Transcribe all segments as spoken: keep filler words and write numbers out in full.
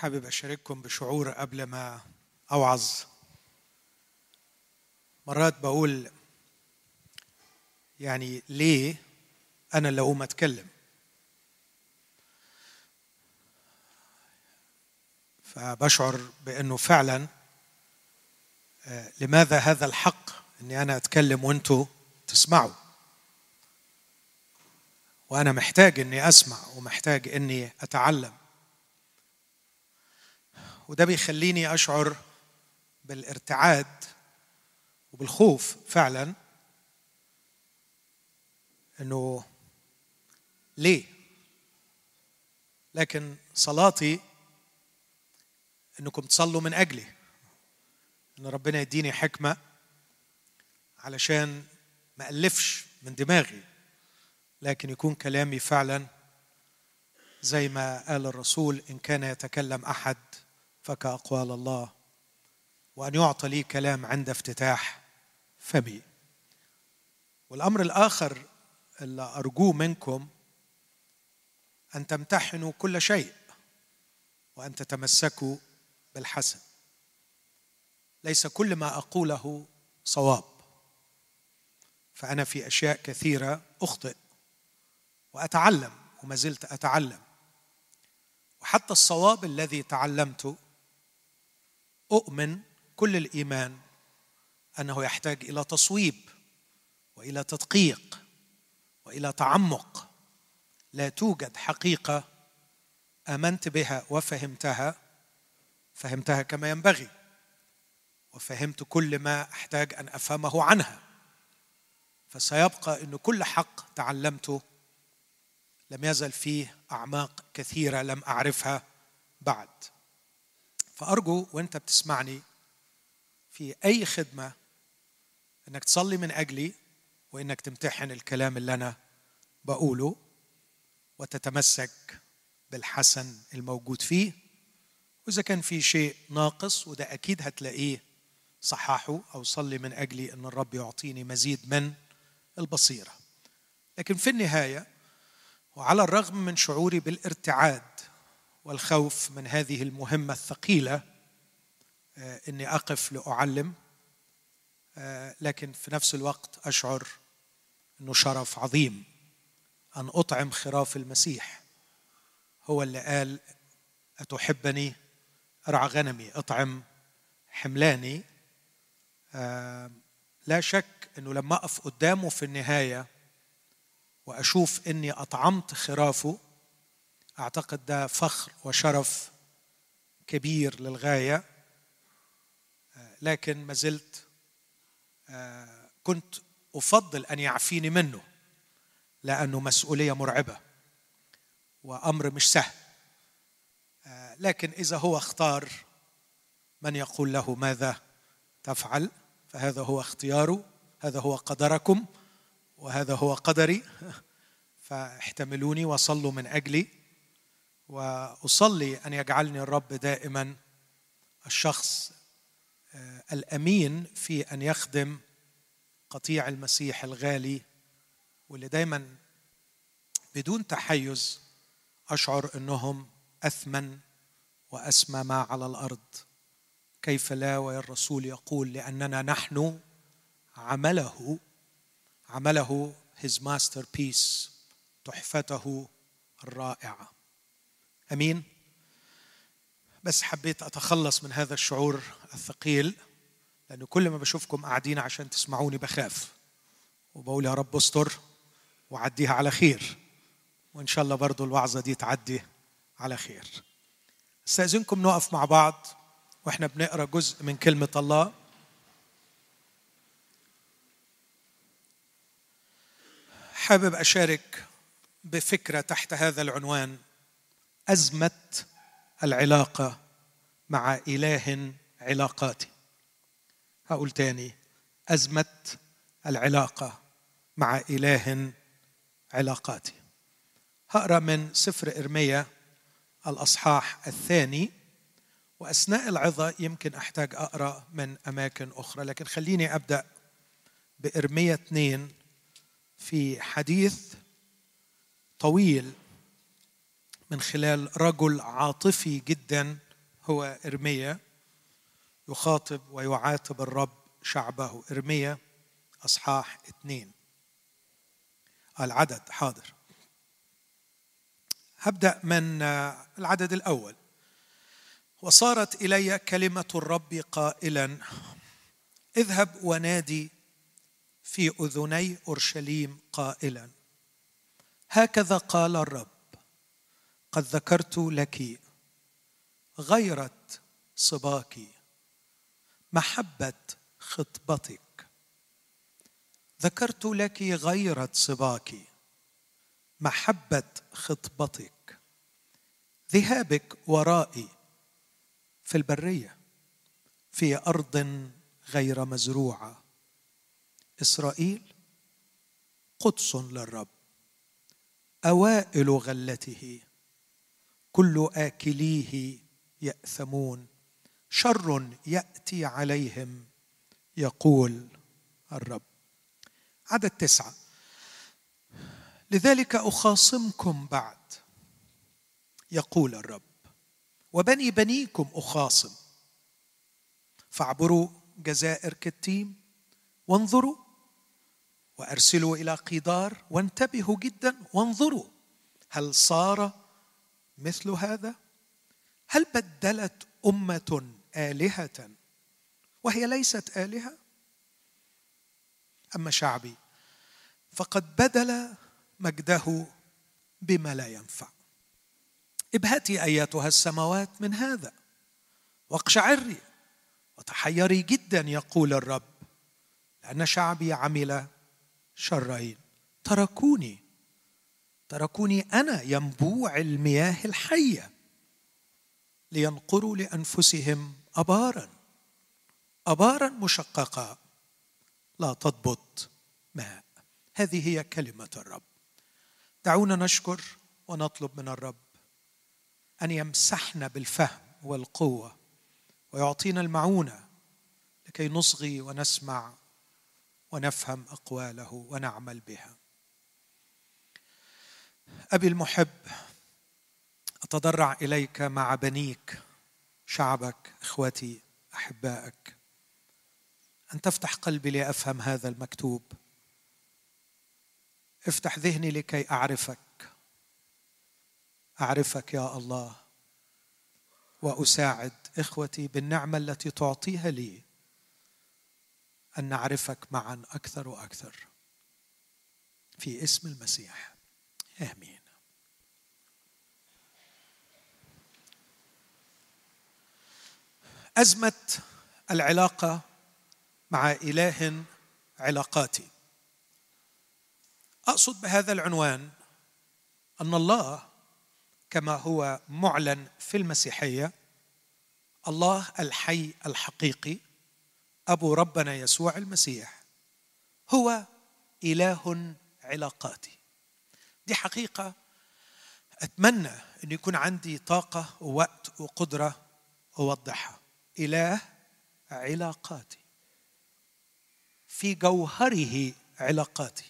حابب أشارككم بشعور قبل ما أوعظ. مرات بقول يعني ليه أنا اللي أقوم أتكلم؟ فبشعر بأنه فعلا لماذا هذا الحق أني أنا أتكلم وأنتوا تسمعوا، وأنا محتاج أني أسمع ومحتاج أني أتعلم. وده بيخليني أشعر بالارتعاد وبالخوف فعلا، أنه ليه؟ لكن صلاتي أنكم تصلوا من أجلي، أن ربنا يديني حكمة علشان ما ألفش من دماغي، لكن يكون كلامي فعلا زي ما قال الرسول: إن كان يتكلم أحد فكأقوال الله، وأن يعطى لي كلام عند افتتاح فمي. والأمر الآخر اللي أرجوه منكم أن تمتحنوا كل شيء وأن تتمسكوا بالحسن. ليس كل ما أقوله صواب، فأنا في أشياء كثيرة أخطئ وأتعلم وما زلت أتعلم، وحتى الصواب الذي تعلمته أؤمن كل الإيمان أنه يحتاج إلى تصويب وإلى تدقيق وإلى تعمق. لا توجد حقيقة آمنت بها وفهمتها فهمتها كما ينبغي، وفهمت كل ما أحتاج أن أفهمه عنها، فسيبقى أن كل حق تعلمته لم يزل فيه أعماق كثيرة لم أعرفها بعد. فأرجو وأنت بتسمعني في أي خدمة أنك تصلي من أجلي، وأنك تمتحن الكلام اللي أنا بقوله وتتمسك بالحسن الموجود فيه. وإذا كان في شيء ناقص، وده أكيد هتلاقيه، صححه أو صلي من أجلي أن الرب يعطيني مزيد من البصيرة. لكن في النهاية، وعلى الرغم من شعوري بالارتعاد والخوف من هذه المهمة الثقيلة أني أقف لأعلم، لكن في نفس الوقت أشعر أنه شرف عظيم أن أطعم خراف المسيح. هو اللي قال: أتحبني أرعى غنمي، أطعم حملاني. لا شك أنه لما أقف قدامه في النهاية وأشوف أني أطعمت خرافه، أعتقد ده فخر وشرف كبير للغاية. لكن ما زلت كنت أفضل أن يعفيني منه، لأنه مسؤولية مرعبة وأمر مش سهل. لكن إذا هو اختار من يقول له ماذا تفعل، فهذا هو اختياره، هذا هو قدركم وهذا هو قدري. فاحتملوني وصلوا من أجلي، وأصلي أن يجعلني الرب دائما الشخص الأمين في أن يخدم قطيع المسيح الغالي، واللي دايما بدون تحيز أشعر أنهم أثمن وأسمى ما على الأرض. كيف لا؟ والرسول يقول: لأننا نحن عمله عمله his masterpiece، تحفته الرائعة. أمين. بس حبيت أتخلص من هذا الشعور الثقيل، لأنه كل ما بشوفكم قاعدين عشان تسمعوني بخاف وبقول يا رب استر وعديها على خير، وإن شاء الله برضو الوعظة دي تعدي على خير. استأذنكم نقف مع بعض وإحنا بنقرأ جزء من كلمة الله. حابب أشارك بفكرة تحت هذا العنوان: أزمة العلاقة مع إله علاقاتي. هقول تاني: أزمة العلاقة مع إله علاقاتي. هقرأ من سفر إرميا الأصحاح الثاني، وأثناء العظة يمكن أحتاج أقرأ من أماكن أخرى، لكن خليني أبدأ بإرميا اثنين في حديث طويل من خلال رجل عاطفي جدا هو إرميا يخاطب ويعاتب الرب شعبه. إرميا أصحاح اثنين العدد حاضر. هبدأ من العدد الأول. وصارت إلي كلمة الرب قائلا اذهب ونادي في أذني أورشليم قائلا هكذا قال الرب قد ذكرت لك غيرة صباك محبة خطبتك. ذكرت لك غيرة صباك محبة خطبتك ذهابك ورائي في البرية في أرض غير مزروعة. إسرائيل قدس للرب أوائل غلته كل آكليه يأثمون شر يأتي عليهم يقول الرب. عدد تسعة. لذلك أخاصمكم بعد يقول الرب وبني بنيكم أخاصم فاعبروا جزائر كتيم وانظروا وأرسلوا إلى قيدار وانتبهوا جدا وانظروا هل صار مثل هذا؟ هل بدلت أمة آلهة وهي ليست آلهة؟ أما شعبي فقد بدل مجده بما لا ينفع. ابهتي أيتها السماوات من هذا واقشعري وتحيري جدا يقول الرب لأن شعبي عمل شرين تركوني تركوني أنا ينبوع المياه الحية لينقروا لأنفسهم أبارا أبارا مشققة لا تضبط ماء. هذه هي كلمة الرب. دعونا نشكر ونطلب من الرب أن يمسحنا بالفهم والقوة ويعطينا المعونة لكي نصغي ونسمع ونفهم أقواله ونعمل بها. أبي المحب أتضرع إليك مع بنيك شعبك إخوتي أحبائك أن تفتح قلبي لأفهم هذا المكتوب. افتح ذهني لكي أعرفك أعرفك يا الله وأساعد إخوتي بالنعمة التي تعطيها لي أن نعرفك معا أكثر وأكثر في اسم المسيح آمين. أزمة العلاقة مع إله علاقاتي. أقصد بهذا العنوان أن الله كما هو معلن في المسيحية الله الحي الحقيقي أبو ربنا يسوع المسيح هو إله علاقاتي. دي حقيقة أتمنى أن يكون عندي طاقة ووقت وقدرة أوضحها. إله علاقاتي في جوهره علاقاتي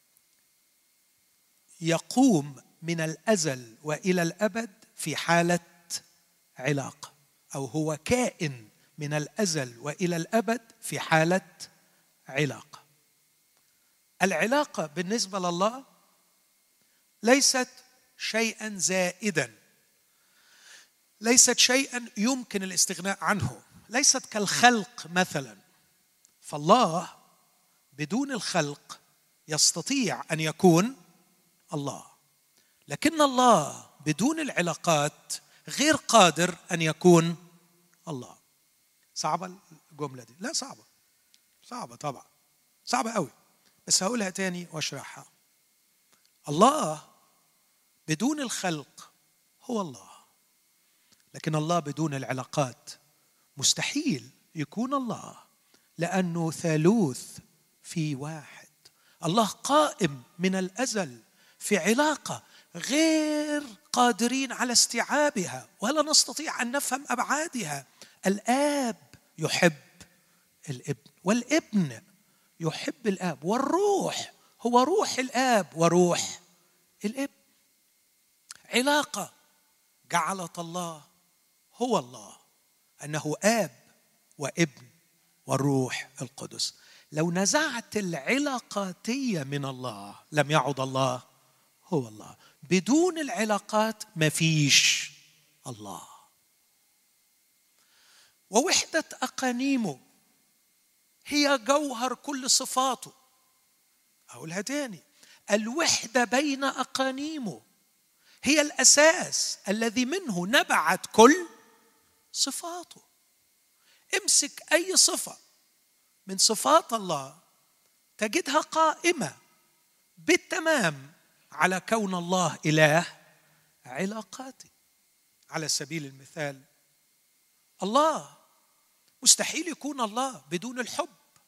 يقوم من الأزل وإلى الأبد في حالة علاقة أو هو كائن من الأزل وإلى الأبد في حالة علاقة. العلاقة بالنسبة لله ليست شيئا زائدا ليست شيئا يمكن الاستغناء عنه ليست كالخلق مثلا. فالله بدون الخلق يستطيع أن يكون الله لكن الله بدون العلاقات غير قادر أن يكون الله. صعبة الجملة دي؟ لا صعبة صعبة طبعا صعبة قوي بس هقولها تاني واشرحها. الله بدون الخلق هو الله لكن الله بدون العلاقات مستحيل يكون الله لأنه ثالوث في واحد. الله قائم من الأزل في علاقة غير قادرين على استيعابها ولا نستطيع أن نفهم أبعادها. الآب يحب الابن والابن يحب الآب والروح هو روح الآب وروح الابن. علاقة جعلت الله هو الله أنه آب وابن والروح القدس. لو نزعت العلاقاتية من الله لم يعد الله هو الله. بدون العلاقات ما فيش الله. ووحدة أقانيمه هي جوهر كل صفاته. أقولها تاني، الوحدة بين أقانيمه هي الأساس الذي منه نبعت كل صفاته. امسك أي صفة من صفات الله تجدها قائمة بالتمام على كون الله إله علاقاتي. على سبيل المثال، الله مستحيل يكون الله بدون الحب.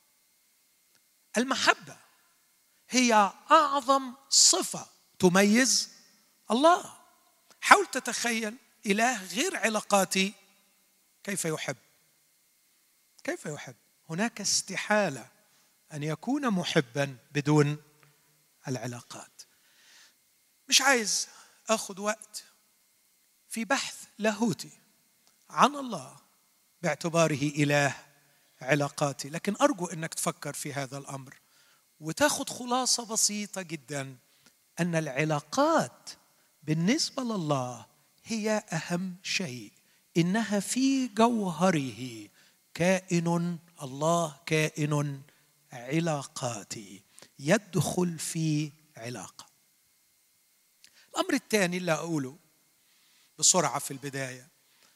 المحبة هي أعظم صفة تميز الله. حاول تتخيل إله غير علاقاتي كيف يحب؟ كيف يحب؟ هناك استحالة أن يكون محبا بدون العلاقات. مش عايز أخذ وقت في بحث لاهوتي عن الله باعتباره إله علاقاتي، لكن أرجو أنك تفكر في هذا الأمر وتاخذ خلاصة بسيطة جدا، أن العلاقات بالنسبة لله هي أهم شيء. إنها في جوهره كائن، الله كائن علاقاتي، يدخل في علاقة. الأمر الثاني اللي أقوله بسرعة في البداية،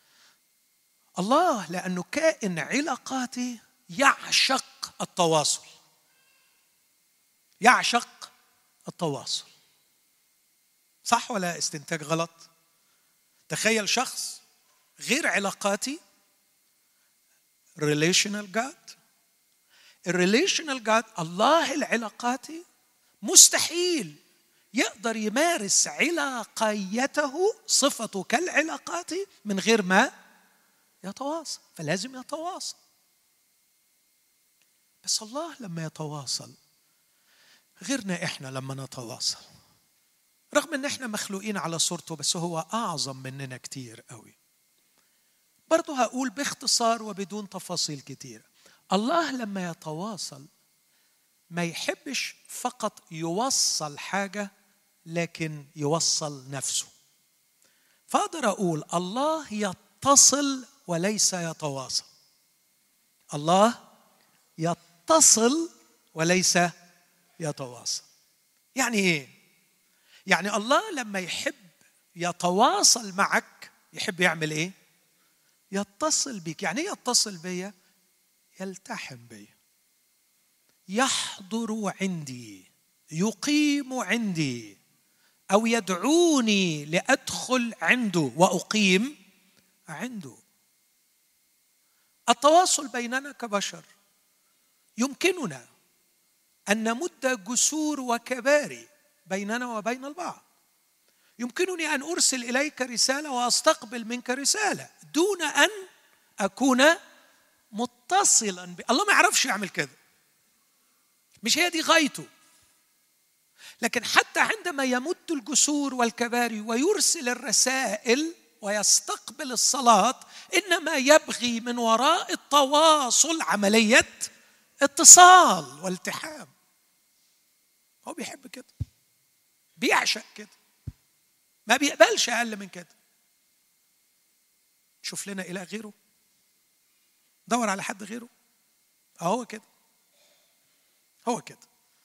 الله لأنه كائن علاقاتي يعشق التواصل. يعشق التواصل. صح ولا استنتاج غلط؟ تخيل شخص غير علاقاتي، relational God. الريليشنال جاد الله العلاقاتي مستحيل يقدر يمارس علاقيته، صفته كالعلاقاتي، من غير ما يتواصل. فلازم يتواصل. بس الله لما يتواصل غيرنا إحنا لما نتواصل. رغم إن إحنا مخلوقين على صورته، بس هو أعظم مننا كتير قوي. برضو هقول باختصار وبدون تفاصيل كتير، الله لما يتواصل ما يحبش فقط يوصل حاجة، لكن يوصل نفسه. فأقدر أقول الله يتصل وليس يتواصل. الله يتصل وليس يتواصل. يعني إيه؟ يعني الله لما يحب يتواصل معك يحب يعمل إيه؟ يتصل بك. يعني إيه يتصل بي؟ يلتحم بي، يحضر عندي، يقيم عندي، أو يدعوني لأدخل عنده وأقيم عنده. التواصل بيننا كبشر يمكننا أن نمد جسور وكباري بيننا وبين البعض. يمكنني أن أرسل إليك رسالة وأستقبل منك رسالة دون أن أكون متصلا ب... الله ما يعرفش يعمل كده، مش هي دي غايته. لكن حتى عندما يمد الجسور والكباري ويرسل الرسائل ويستقبل الصلاة، إنما يبغي من وراء التواصل عملية اتصال والتحام. هو بيحب كده، بيعشق كده، ما بيقبلش أقل من كده. شوف لنا إله غيره، دور على حد غيره. هو كده، هو كده.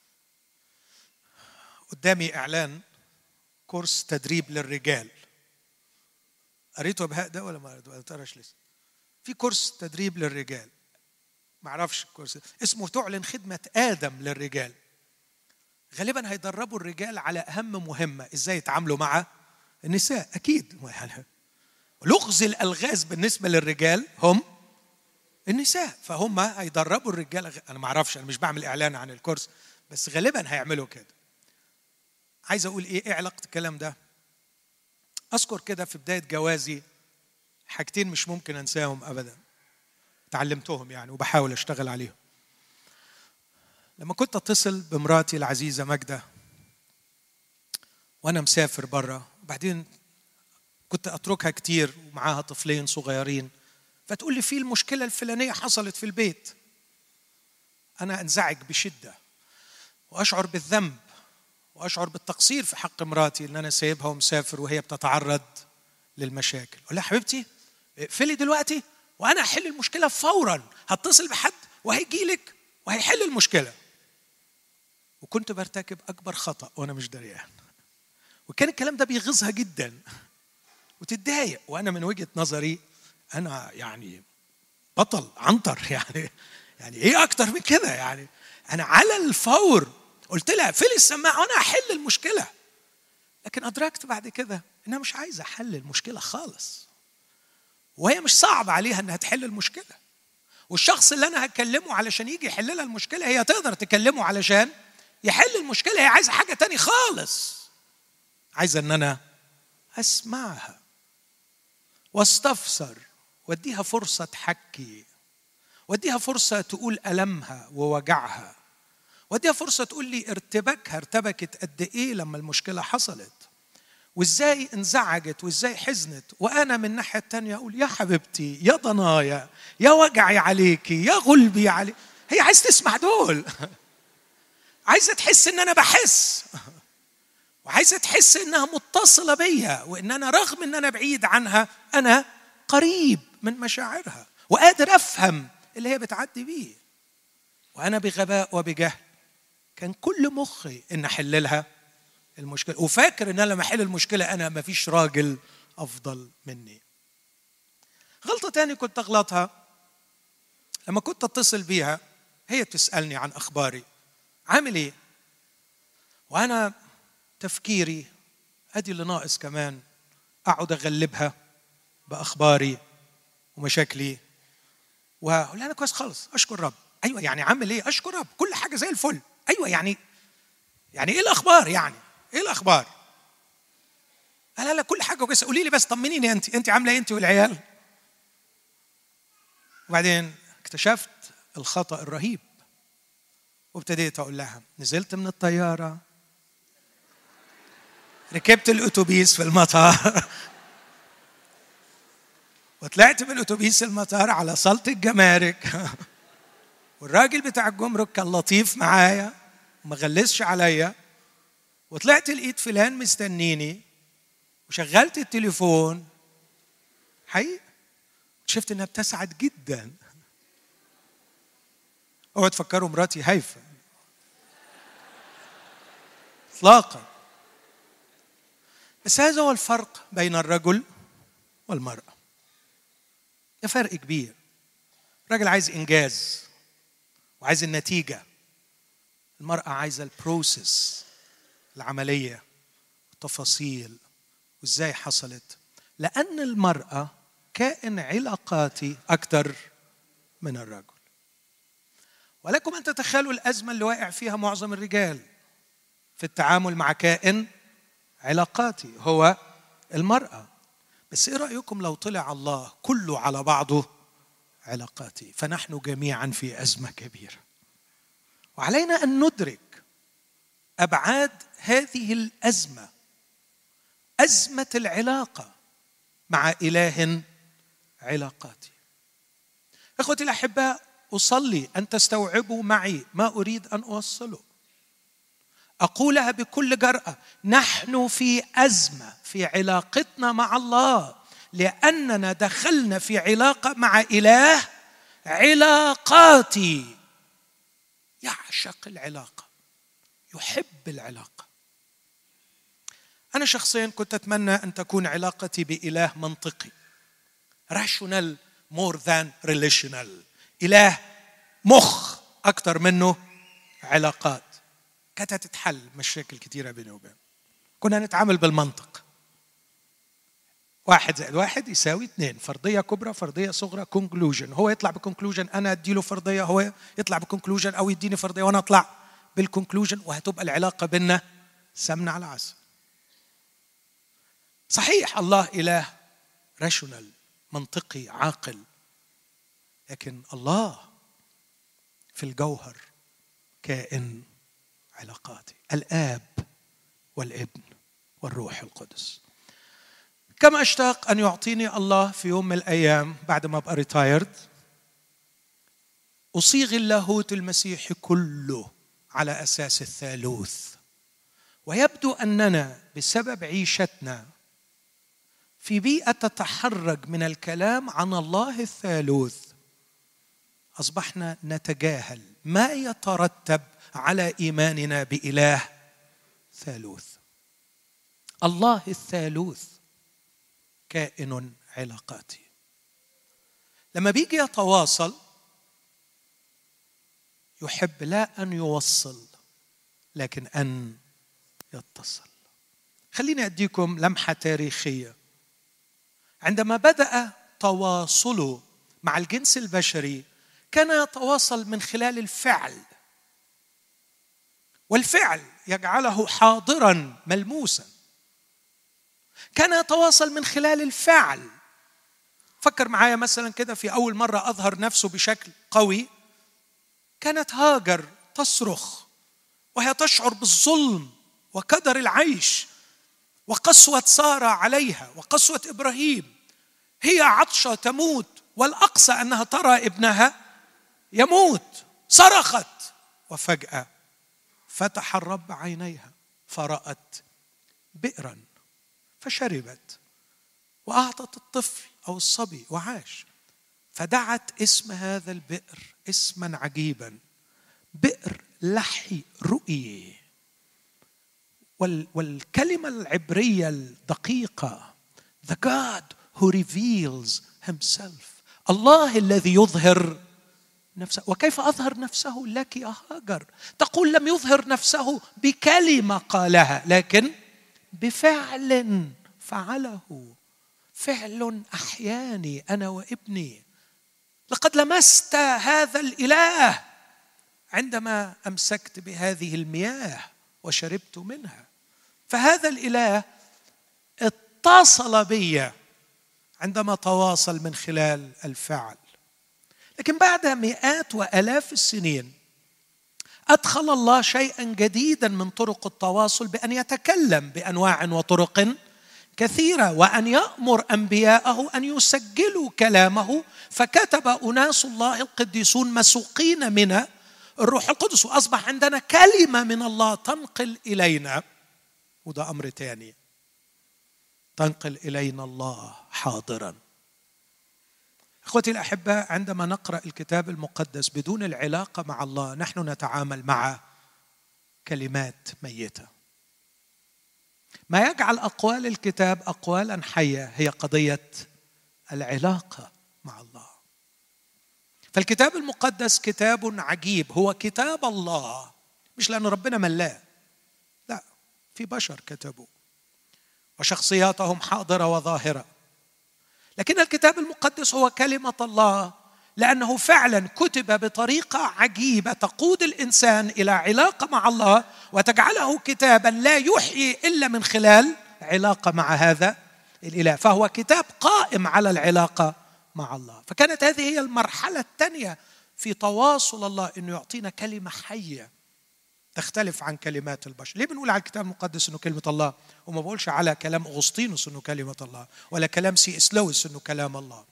قدامي إعلان كورس تدريب للرجال. قريته بهاء ده ولا ما قريتوش لسه؟ في كورس تدريب للرجال، ما اعرفش الكورس اسمه تعلن خدمة آدم للرجال. غالبا هيدربوا الرجال على أهم مهمة، إزاي يتعاملوا مع النساء. أكيد لغز الألغاز بالنسبة للرجال هم النساء، فهم هيدربوا الرجال. أنا ما اعرفش، أنا مش بعمل إعلان عن الكورس، بس غالبا هيعملوا كده. عايز أقول إيه إيه علاقة الكلام ده؟ أذكر كده في بداية جوازي حاجتين مش ممكن أنساهم أبدا، تعلمتهم يعني وبحاول أشتغل عليهم. لما كنت أتصل بمراتي العزيزة ماجدة وأنا مسافر برا، وبعدين كنت أتركها كتير ومعاها طفلين صغيرين، فتقول لي في المشكلة الفلانية حصلت في البيت، أنا أنزعج بشدة وأشعر بالذنب وأشعر بالتقصير في حق مراتي إن أنا سايبها ومسافر وهي بتتعرض للمشاكل. أقول لها حبيبتي اقفلي دلوقتي وأنا أحل المشكلة فوراً، هتصل بحد وهيجي لك وهيحل المشكلة. وكنت برتكب أكبر خطأ وأنا مش دريان، وكان الكلام ده بيغيظها جدا وتتضايق، وأنا من وجهة نظري أنا يعني بطل عنتر، يعني يعني إيه أكتر من كده؟ يعني أنا على الفور قلت لها اقفلي السماعة وأنا أحل المشكلة. لكن أدركت بعد كده إنها مش عايزة حل المشكلة خالص، وهي مش صعب عليها إنها تحل المشكلة، والشخص اللي أنا هكلمه علشان يجي يحل لها المشكلة هي تقدر تكلمه علشان يحل المشكلة. هي عايزة حاجة تاني خالص، عايزة إن أنا أسمعها واستفسر واديها فرصة تحكي، واديها فرصة تقول ألمها ووجعها، واديها فرصة تقول لي ارتبكها ارتبكت قد إيه لما المشكلة حصلت، وإزاي انزعجت وإزاي حزنت. وأنا من الناحية التانية أقول يا حبيبتي يا ضنايا يا وجعي عليكي يا غلبي عليك. هي عايزة تسمع دول، عايزة تحس إن أنا بحس، وعايزة تحس إنها متصلة بيا، وإن أنا رغم إن أنا بعيد عنها أنا قريب من مشاعرها وقادر أفهم اللي هي بتعدي بيه. وأنا بغباء وبجهل كان كل مخي إن أحللها المشكلة، وفاكر إن أنا لما أحل المشكلة أنا ما فيش راجل أفضل مني. غلطة تاني كنت أغلطها لما كنت أتصل بيها، هي تسألني عن أخباري عامل إيه، وأنا تفكيري أدي اللي ناقص كمان أقعد أغلبها بأخباري ومشاكلي، وأقول لها أنا كويس خالص أشكر رب. أيوة يعني عامل إيه؟ أشكر رب كل حاجة زي الفل. أيوة يعني يعني إيه الأخبار؟ يعني إيه الأخبار؟ لا لا كل حاجة كويسة، قولي لي بس طمنيني أنت أنت عاملة إيه أنت والعيال؟ وبعدين اكتشفت الخطأ الرهيب، وابتديت أقول لها نزلت من الطيارة، ركبت الأتوبيس في المطار وطلعت من الأتوبيس المطار على صالة الجمارك والراجل بتاع الجمرك كان لطيف معايا وما غلسش عليا، وطلعت لقيت فلان مستنيني وشغلت التليفون حقيقي شفت انها بتسعد جدا. اوعوا تفكروا مراتي هايفه اطلاقا، بس هذا هو الفرق بين الرجل والمرأة. ده فرق كبير. الرجل عايز إنجاز وعايز النتيجة، المرأة عايزة البروسيس، العملية، التفاصيل وإزاي حصلت، لأن المرأة كائن علاقاتي أكثر من الرجل. ولكم أن تتخيلوا الأزمة اللي واقع فيها معظم الرجال في التعامل مع كائن علاقاتي هو المرأة. بس إيه رأيكم لو طلع الله كله على بعضه علاقاتي؟ فنحن جميعا في أزمة كبيرة، وعلينا أن ندرك أبعاد هذه الأزمة، أزمة العلاقة مع إله علاقاتي. إخوتي الأحباء، أصلي أن تستوعبوا معي ما أريد أن أوصله. أقولها بكل جرأة، نحن في أزمة في علاقتنا مع الله، لأننا دخلنا في علاقة مع إله علاقاتي، يعشق العلاقة، يحب العلاقة. أنا شخصياً كنت أتمنى أن تكون علاقتي بإله منطقي، rational more than relational، إله مخ أكثر منه علاقات. كانت تتحل مشاكل كثيرة بيني وبينه. كنا نتعامل بالمنطق، واحد زائد واحد يساوي اثنين، فرضية كبرى فرضية صغرى، كونكلوجن. هو يطلع بكونكلوجن، أنا أديله فرضية، هو يطلع بكونكلوجن، أو يديني فرضية وأنا أطلع بالكونكلوجن، وهتبقى العلاقة بيننا سمنة على عسل. صحيح الله إله راشونال، منطقي عاقل، لكن الله في الجوهر كائن علاقاتي، الآب والابن والروح القدس. كم أشتاق أن يعطيني الله في يوم من الأيام بعد ما أبقى ريتايرد أصيغ اللاهوت المسيحي كله على أساس الثالوث. ويبدو أننا بسبب عيشتنا في بيئة تتحرج من الكلام عن الله الثالوث أصبحنا نتجاهل ما يترتب على إيماننا بإله ثالوث. الله الثالوث كائن علاقاتي. لما بيجي يتواصل يحب لا أن يوصل لكن أن يتصل. خليني أديكم لمحة تاريخية. عندما بدأ تواصله مع الجنس البشري كان يتواصل من خلال الفعل، والفعل يجعله حاضراً ملموساً. كان يتواصل من خلال الفعل. فكر معايا مثلاً كده في أول مرة أظهر نفسه بشكل قوي، كانت هاجر تصرخ وهي تشعر بالظلم وكدر العيش وقسوة سارة عليها وقسوة إبراهيم. هي عطشة تموت والأقصى أنها ترى ابنها يموت. صرخت وفجأة فتح الرب عينيها فرأت بئرا فشربت وأعطت الطفل أو الصبي وعاش. فدعت اسم هذا البئر اسما عجيبا، بئر لحي رؤي. والكلمة العبرية الدقيقة The God who reveals himself، الله الذي يظهر نفسه. وكيف أظهر نفسه لك يا هاجر؟ تقول لم يظهر نفسه بكلمة قالها لكن بفعل فعله، فعل أحياني أنا وابني. لقد لمست هذا الإله عندما أمسكت بهذه المياه وشربت منها. فهذا الإله اتصل بي عندما تواصل من خلال الفعل. لكن بعد مئات وآلاف السنين أدخل الله شيئا جديدا من طرق التواصل بأن يتكلم بأنواع وطرق كثيرة، وأن يأمر أنبياءه أن يسجلوا كلامه. فكتب أناس الله القديسون مسوقين من الروح القدس، وأصبح عندنا كلمة من الله تنقل إلينا. وده أمر تاني، تنقل إلينا الله حاضرا. أخوتي الأحباء، عندما نقرأ الكتاب المقدس بدون العلاقة مع الله نحن نتعامل مع كلمات ميتة. ما يجعل أقوال الكتاب أقوالا حية هي قضية العلاقة مع الله. فالكتاب المقدس كتاب عجيب، هو كتاب الله، مش لأن ربنا ملاه، لا، في بشر كتبوا وشخصياتهم حاضرة وظاهرة. لكن الكتاب المقدس هو كلمة الله لأنه فعلا كتب بطريقة عجيبة تقود الإنسان إلى علاقة مع الله وتجعله كتابا لا يحيي إلا من خلال علاقة مع هذا الإله. فهو كتاب قائم على العلاقة مع الله. فكانت هذه هي المرحلة الثانية في تواصل الله، إنه يعطينا كلمة حية تختلف عن كلمات البشر. ليه بنقول على الكتاب المقدس إنه كلمة الله وما بقولش على كلام أغسطينوس إنه كلمة الله، ولا كلام سي إس لويس إنه كلام الله؟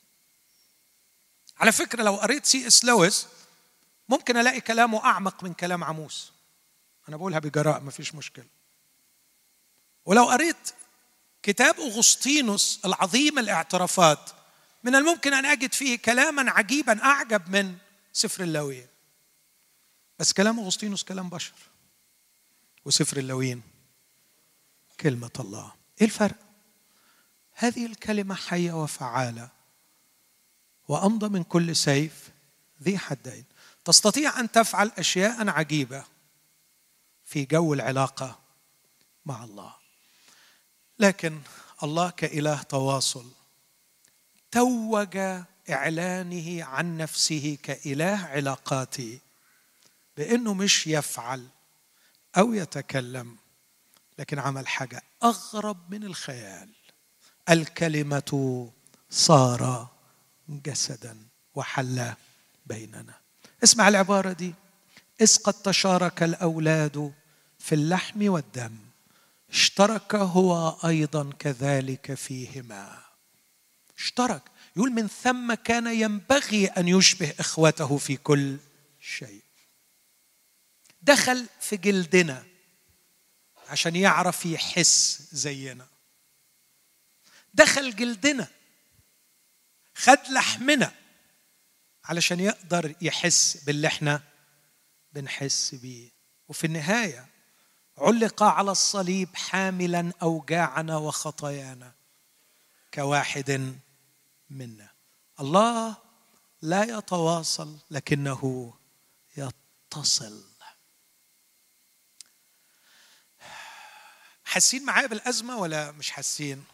على فكرة لو قريت سي إس لويس ممكن ألاقي كلامه أعمق من كلام عموس، أنا بقولها بجراء ما فيش مشكلة. ولو قريت كتاب أغسطينوس العظيم الاعترافات من الممكن أن أجد فيه كلاما عجيبا أعجب من سفر اللاويين. بس كلام أغسطينوس كلام بشر، وسفر اللاويين كلمة الله. إيه الفرق؟ هذه الكلمة حية وفعالة وأمضى من كل سيف ذي حدين، تستطيع أن تفعل أشياء عجيبة في جو العلاقة مع الله. لكن الله كإله تواصل توج إعلانه عن نفسه كإله علاقاتي بأنه مش يفعل أو يتكلم، لكن عمل حاجة أغرب من الخيال. الكلمة صار جسدا وحل بيننا. اسمع العبارة دي: إذ قد تشارك الأولاد في اللحم والدم اشترك هو أيضا كذلك فيهما. اشترك، يقول من ثم كان ينبغي أن يشبه إخوته في كل شيء. دخل في جلدنا عشان يعرف يحس زينا، دخل جلدنا، خد لحمنا علشان يقدر يحس باللي احنا بنحس بيه. وفي النهاية علق على الصليب حاملا أوجاعنا وخطايانا كواحد منا. الله لا يتواصل لكنه يتصل. حاسين معايا بالأزمة ولا مش حاسين؟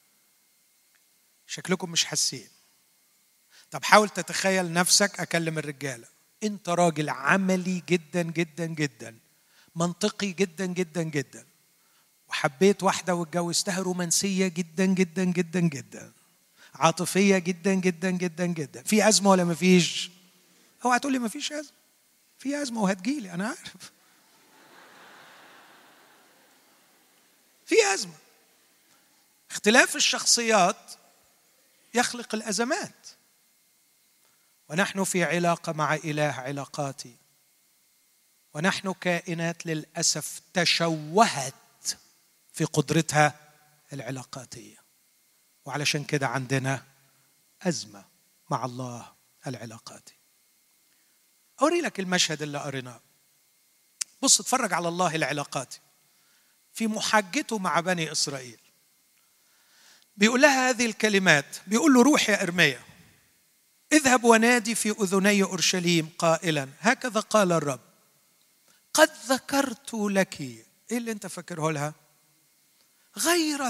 شكلكم مش حاسين. طب حاول تتخيل نفسك، أكلم الرجالة، أنت راجل عملي جدا جدا جدا، منطقي جدا جدا جدا، وحبيت واحدة واتجوزتها رومانسية جدا جدا جدا جدا، عاطفية جدا جدا جدا جدا. في أزمة ولا مفيش؟ اوعى تقول لي مفيش أزمة. في أزمة وهتجيلي، أنا عارف في أزمة. اختلاف الشخصيات يخلق الأزمات، ونحن في علاقة مع إله علاقاتي، ونحن كائنات للأسف تشوهت في قدرتها العلاقاتية، وعلشان كده عندنا أزمة مع الله العلاقاتي. أوري لك المشهد اللي قريناه. بص اتفرج على الله العلاقاتي في محاجته مع بني إسرائيل. بيقول لها هذه الكلمات، بيقول له روح يا إرميا اذهب ونادي في أذني أورشليم قائلا هكذا قال الرب قد ذكرت لك. إيه اللي أنت فاكره لها؟ غيرة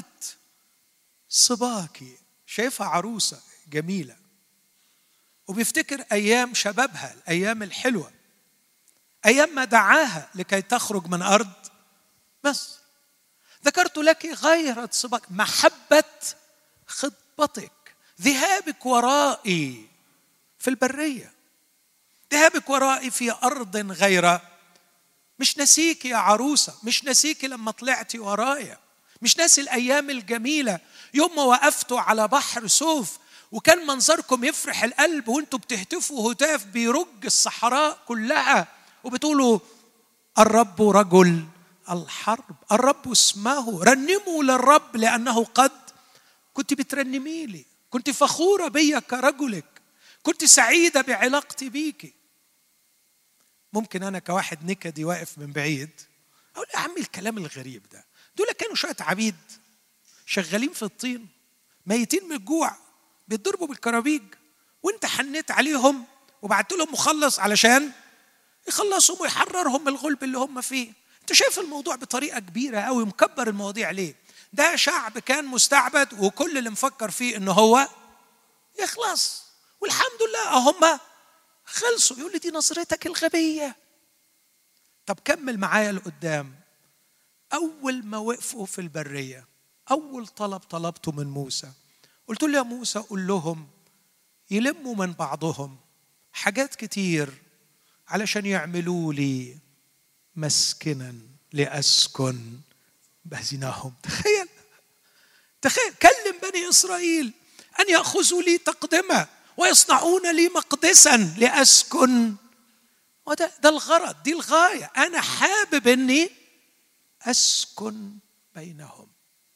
صباك. شايفها عروسة جميلة وبيفتكر أيام شبابها، الأيام الحلوة، أيام ما دعاها لكي تخرج من أرض مصر. ذكرت لك غيرة صباك، محبة خطبتك، ذهابك ورائي في البرية، ذهابك ورائي في أرض غير. مش نسيك يا عروسة، مش نسيك لما طلعتي ورايا، مش ناسي الأيام الجميلة يوم ما وقفتوا على بحر سوف وكان منظركم يفرح القلب وانتوا بتهتفوا هتاف بيرج الصحراء كلها وبتقولوا الرب رجل الحرب، الرب اسمه، رنموا للرب لأنه قد. كنت بترنمي لي، كنت فخورة بي كرجلك، كنت سعيدة بعلاقتي بيكي. ممكن أنا كواحد نكدي واقف من بعيد أقول يا عمي الكلام الغريب ده، دول كانوا شوية عبيد شغالين في الطين ميتين من الجوع بيتضربوا بالكرابيج، وانت حنيت عليهم وبعت لهم مخلص علشان يخلصهم ويحررهم من الغلب اللي هم فيه. انت شايف الموضوع بطريقة كبيرة قوي، مكبر المواضيع ليه؟ ده شعب كان مستعبد وكل اللي مفكر فيه انه هو يخلص، والحمد لله هم خلصوا. يقول لي دي نظرتك الغبية. طب كمل معايا لقدام. أول ما وقفوا في البرية أول طلب طلبته من موسى، قلت له يا موسى قل لهم يلموا من بعضهم حاجات كتير علشان يعملوا لي مسكنا لأسكن بينهم. تخيل تخيل كلم بني إسرائيل أن يأخذوا لي تقدمة ويصنعون لي مقدسا لأسكن. وده ده الغرض، دي الغاية، أنا حابب أني أسكن بينهم.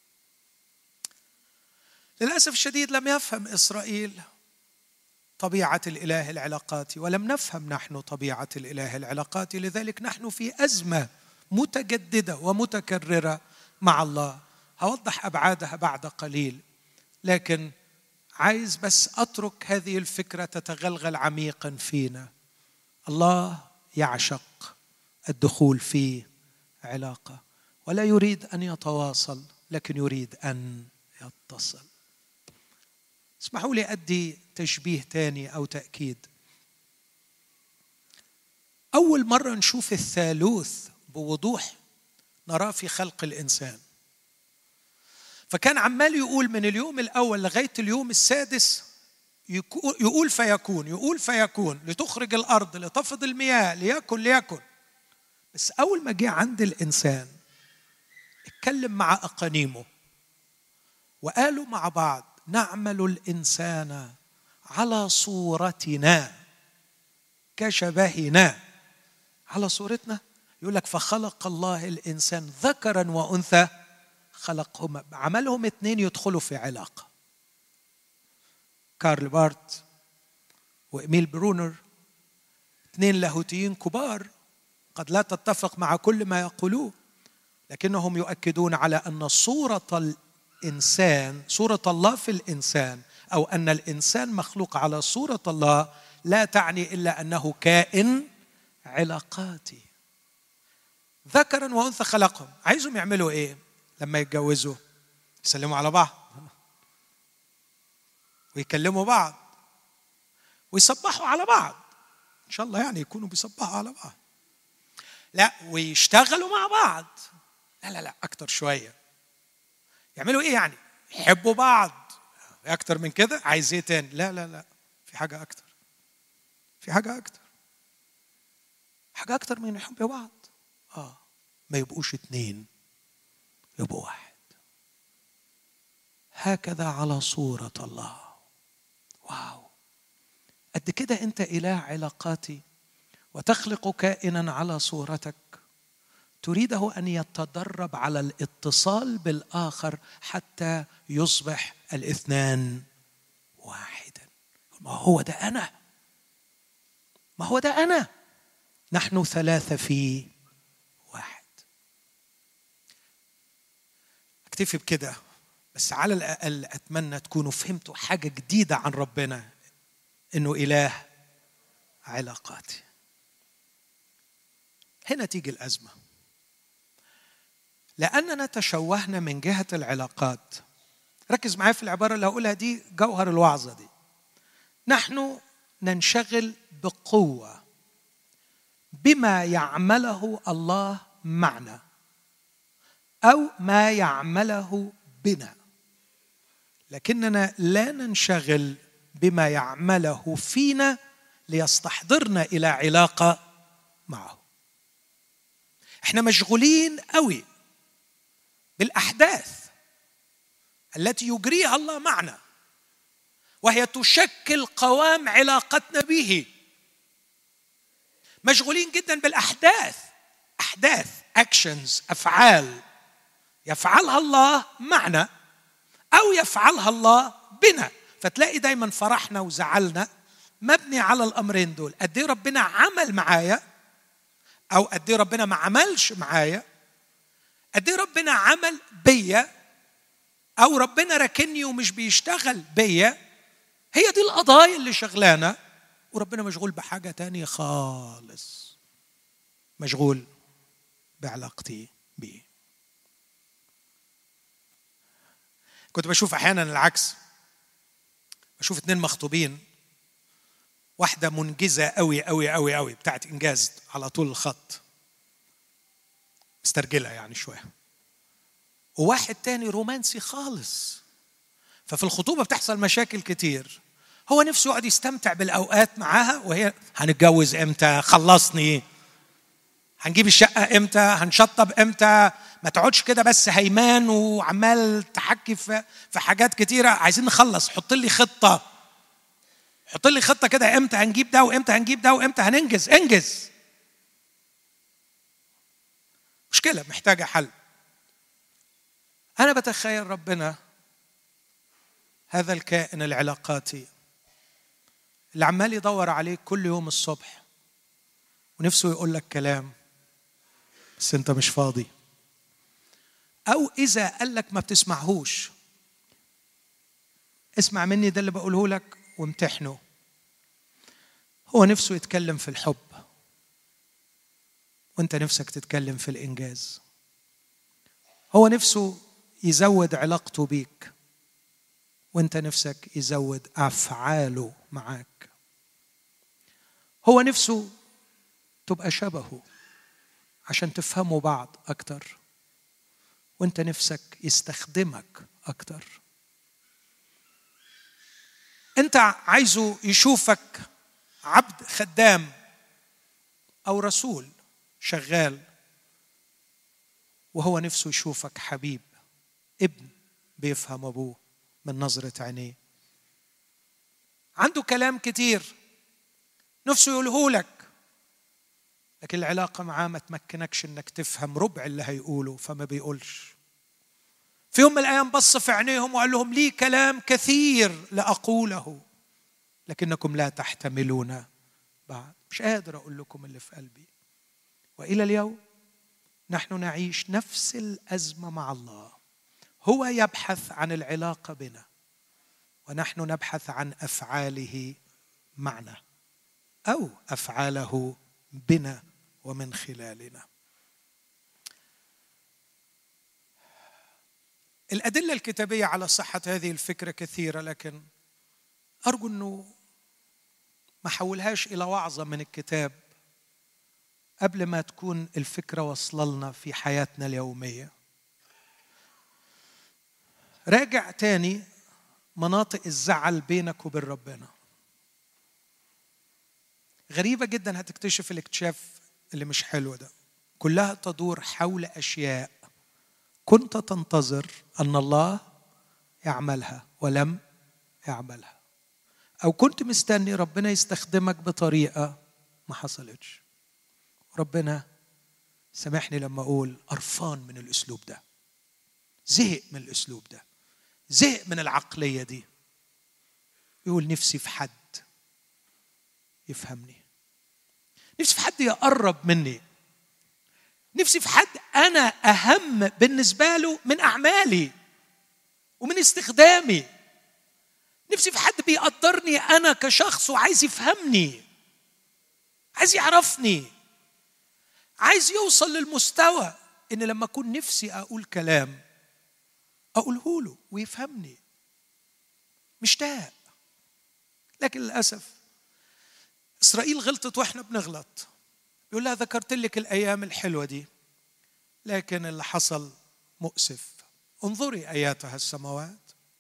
للأسف الشديد لم يفهم إسرائيل طبيعة الإله العلاقاتي، ولم نفهم نحن طبيعة الإله العلاقاتي، لذلك نحن في أزمة متجددة ومتكررة مع الله. هوضح أبعادها بعد قليل، لكن عايز بس أترك هذه الفكرة تتغلغل عميقا فينا. الله يعشق الدخول في علاقة ولا يريد أن يتواصل، لكن يريد أن يتصل. اسمحوا لي أدي تشبيه تاني أو تأكيد. أول مرة نشوف الثالوث بوضوح نراه في خلق الإنسان. فكان عمال يقول من اليوم الأول لغاية اليوم السادس يقول فيكون، يقول فيكون، لتخرج الأرض، لتفض المياه، ليكن ليكن. بس أول ما جاء عند الإنسان اتكلم مع أقانيمه، وقالوا مع بعض نعمل الإنسان على صورتنا كشبهنا. على صورتنا، يقول لك فخلق الله الإنسان ذكرا وأنثى خلقهما. عملهم اتنين يدخلوا في علاقة، كارل بارت وإميل برونر، اتنين لاهوتيين كبار قد لا تتفق مع كل ما يقولوه، لكنهم يؤكدون على أن صورة الإنسان، صورة الله في الإنسان، أو أن الإنسان مخلوق على صورة الله، لا تعني إلا أنه كائن علاقاتي. ذكرا وأنثى خلقهم. عايزهم يعملوا إيه لما يتجوزوا؟ يسلموا على بعض ويكلموا بعض ويصبحوا على بعض، إن شاء الله يعني يكونوا بيصبحوا على بعض. لا، ويشتغلوا مع بعض. لا لا لا أكتر شوية. يعملوا إيه يعني؟ يحبوا بعض. أكتر من كده عايز إيه تاني؟ لا لا لا، في حاجة أكتر، في حاجة أكتر، حاجة أكتر من يحبوا بعض. آه ما يبقوش اتنين، يبقوا واحد. هكذا على صورة الله. واو، قد كده أنت إله علاقاتي وتخلق كائنا على صورتك، تريده أن يتدرب على الاتصال بالآخر حتى يصبح الاثنان واحدا. ما هو ده أنا، ما هو ده أنا. نحن ثلاثة في واحد. أكتفي بكده، بس على الأقل أتمنى تكونوا فهمتوا حاجة جديدة عن ربنا، إنه إله علاقاتي. هنا تيجي الأزمة، لأننا تشوهنا من جهة العلاقات. ركز معايا في العبارة اللي هقولها دي، جوهر الوعظة دي. نحن ننشغل بقوة بما يعمله الله معنا أو ما يعمله بنا، لكننا لا ننشغل بما يعمله فينا ليستحضرنا إلى علاقة معه. احنا مشغولين قوي بالأحداث التي يجريها الله معنا، وهي تشكل قوام علاقتنا به. مشغولين جدا بالأحداث، أحداث أكشنز، أفعال يفعلها الله معنا أو يفعلها الله بنا. فتلاقي دايما فرحنا وزعلنا مبني على الأمرين دول. قد ايه ربنا عمل معايا أو قد ايه ربنا ما عملش معايا، قد ايه ربنا عمل بيا أو ربنا ركني ومش بيشتغل بيا. هي دي القضايا اللي شغلانة، وربنا مشغول بحاجة تانية خالص، مشغول بعلاقتي بيه. كنت بشوف أحيانا العكس، بشوف اتنين مخطوبين، واحدة منجزة قوي قوي قوي قوي، بتاعت إنجاز على طول الخط، مسترجلة يعني شوية، وواحد تاني رومانسي خالص. ففي الخطوبة بتحصل مشاكل كتير. هو نفسه يقعد يستمتع بالأوقات معاها، وهي هنتجوز إمتى؟ خلصني، هنجيب الشقة إمتى؟ هنشطب إمتى؟ ما تقعدش كده بس هيمان وعمال تحكي في في حاجات كتيرة. عايزين نخلص، حط لي خطة، حط لي خطة كده، إمتى هنجيب ده وإمتى هنجيب ده وإمتى هننجز. انجز. مشكلة محتاجة حل. أنا بتخيل ربنا هذا الكائن العلاقاتي اللي عمال يدور عليك كل يوم الصبح، ونفسه يقول لك كلام بس أنت مش فاضي، أو إذا قال لك ما بتسمعهوش. اسمع مني ده اللي بقوله لك وامتحنه. هو نفسه يتكلم في الحب، وانت نفسك تتكلم في الإنجاز. هو نفسه يزود علاقته بيك، وانت نفسك يزود أفعاله معاك. هو نفسه تبقى شبهه عشان تفهموا بعض أكتر، وانت نفسك يستخدمك أكتر. انت عايزه يشوفك عبد خدام أو رسول شغال، وهو نفسه يشوفك حبيب، ابن بيفهم أبوه من نظرة عينيه. عنده كلام كتير نفسه يقوله لك، لكن العلاقة معاه ما تمكنكش انك تفهم ربع اللي هيقوله، فما بيقولش. في يوم من الأيام بص في عينيهم وقال لهم لي كلام كثير لأقوله لكنكم لا تحتملون بعد. مش قادر أقول لكم اللي في قلبي. وإلى اليوم نحن نعيش نفس الأزمة مع الله. هو يبحث عن العلاقة بنا ونحن نبحث عن أفعاله معنا أو أفعاله بنا ومن خلالنا. الأدلة الكتابية على صحة هذه الفكرة كثيرة، لكن أرجو أنه ما حولهاش إلى وعظة من الكتاب قبل ما تكون الفكرة وصل لنا في حياتنا اليومية. راجع تاني مناطق الزعل بينك وبين ربنا. غريبة جدا هتكتشف الاكتشاف اللي مش حلو ده، كلها تدور حول أشياء كنت تنتظر أن الله يعملها ولم يعملها، أو كنت مستني ربنا يستخدمك بطريقة ما حصلتش. ربنا سامحني لما أقول قرفان من الأسلوب ده، زهق من الأسلوب ده، زهق من العقلية دي. يقول نفسي في حد يفهمني، نفسي في حد يقرب مني، نفسي في حد أنا أهم بالنسبة له من أعمالي ومن استخدامي. نفسي في حد بيقدرني أنا كشخص وعايز يفهمني، عايز يعرفني، عايز يوصل للمستوى إن لما أكون نفسي أقول كلام أقوله له ويفهمني. مشتاق. لكن للأسف إسرائيل غلطت وإحنا بنغلط. يقول لها ذكرت لك الأيام الحلوة دي، لكن اللي حصل مؤسف. انظري آياتها السماوات،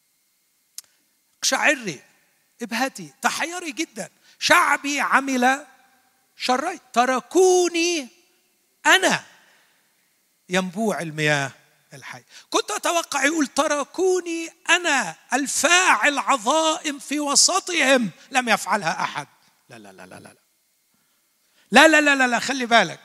اقشعري، ابهتي، تحيري جدا. شعبي عمل شري، تركوني أنا ينبوع المياه الحي. كنت أتوقع يقول تركوني أنا الفاعل عظائم في وسطهم لم يفعلها أحد. لا لا لا لا لا لا لا لا لا لا خلي بالك.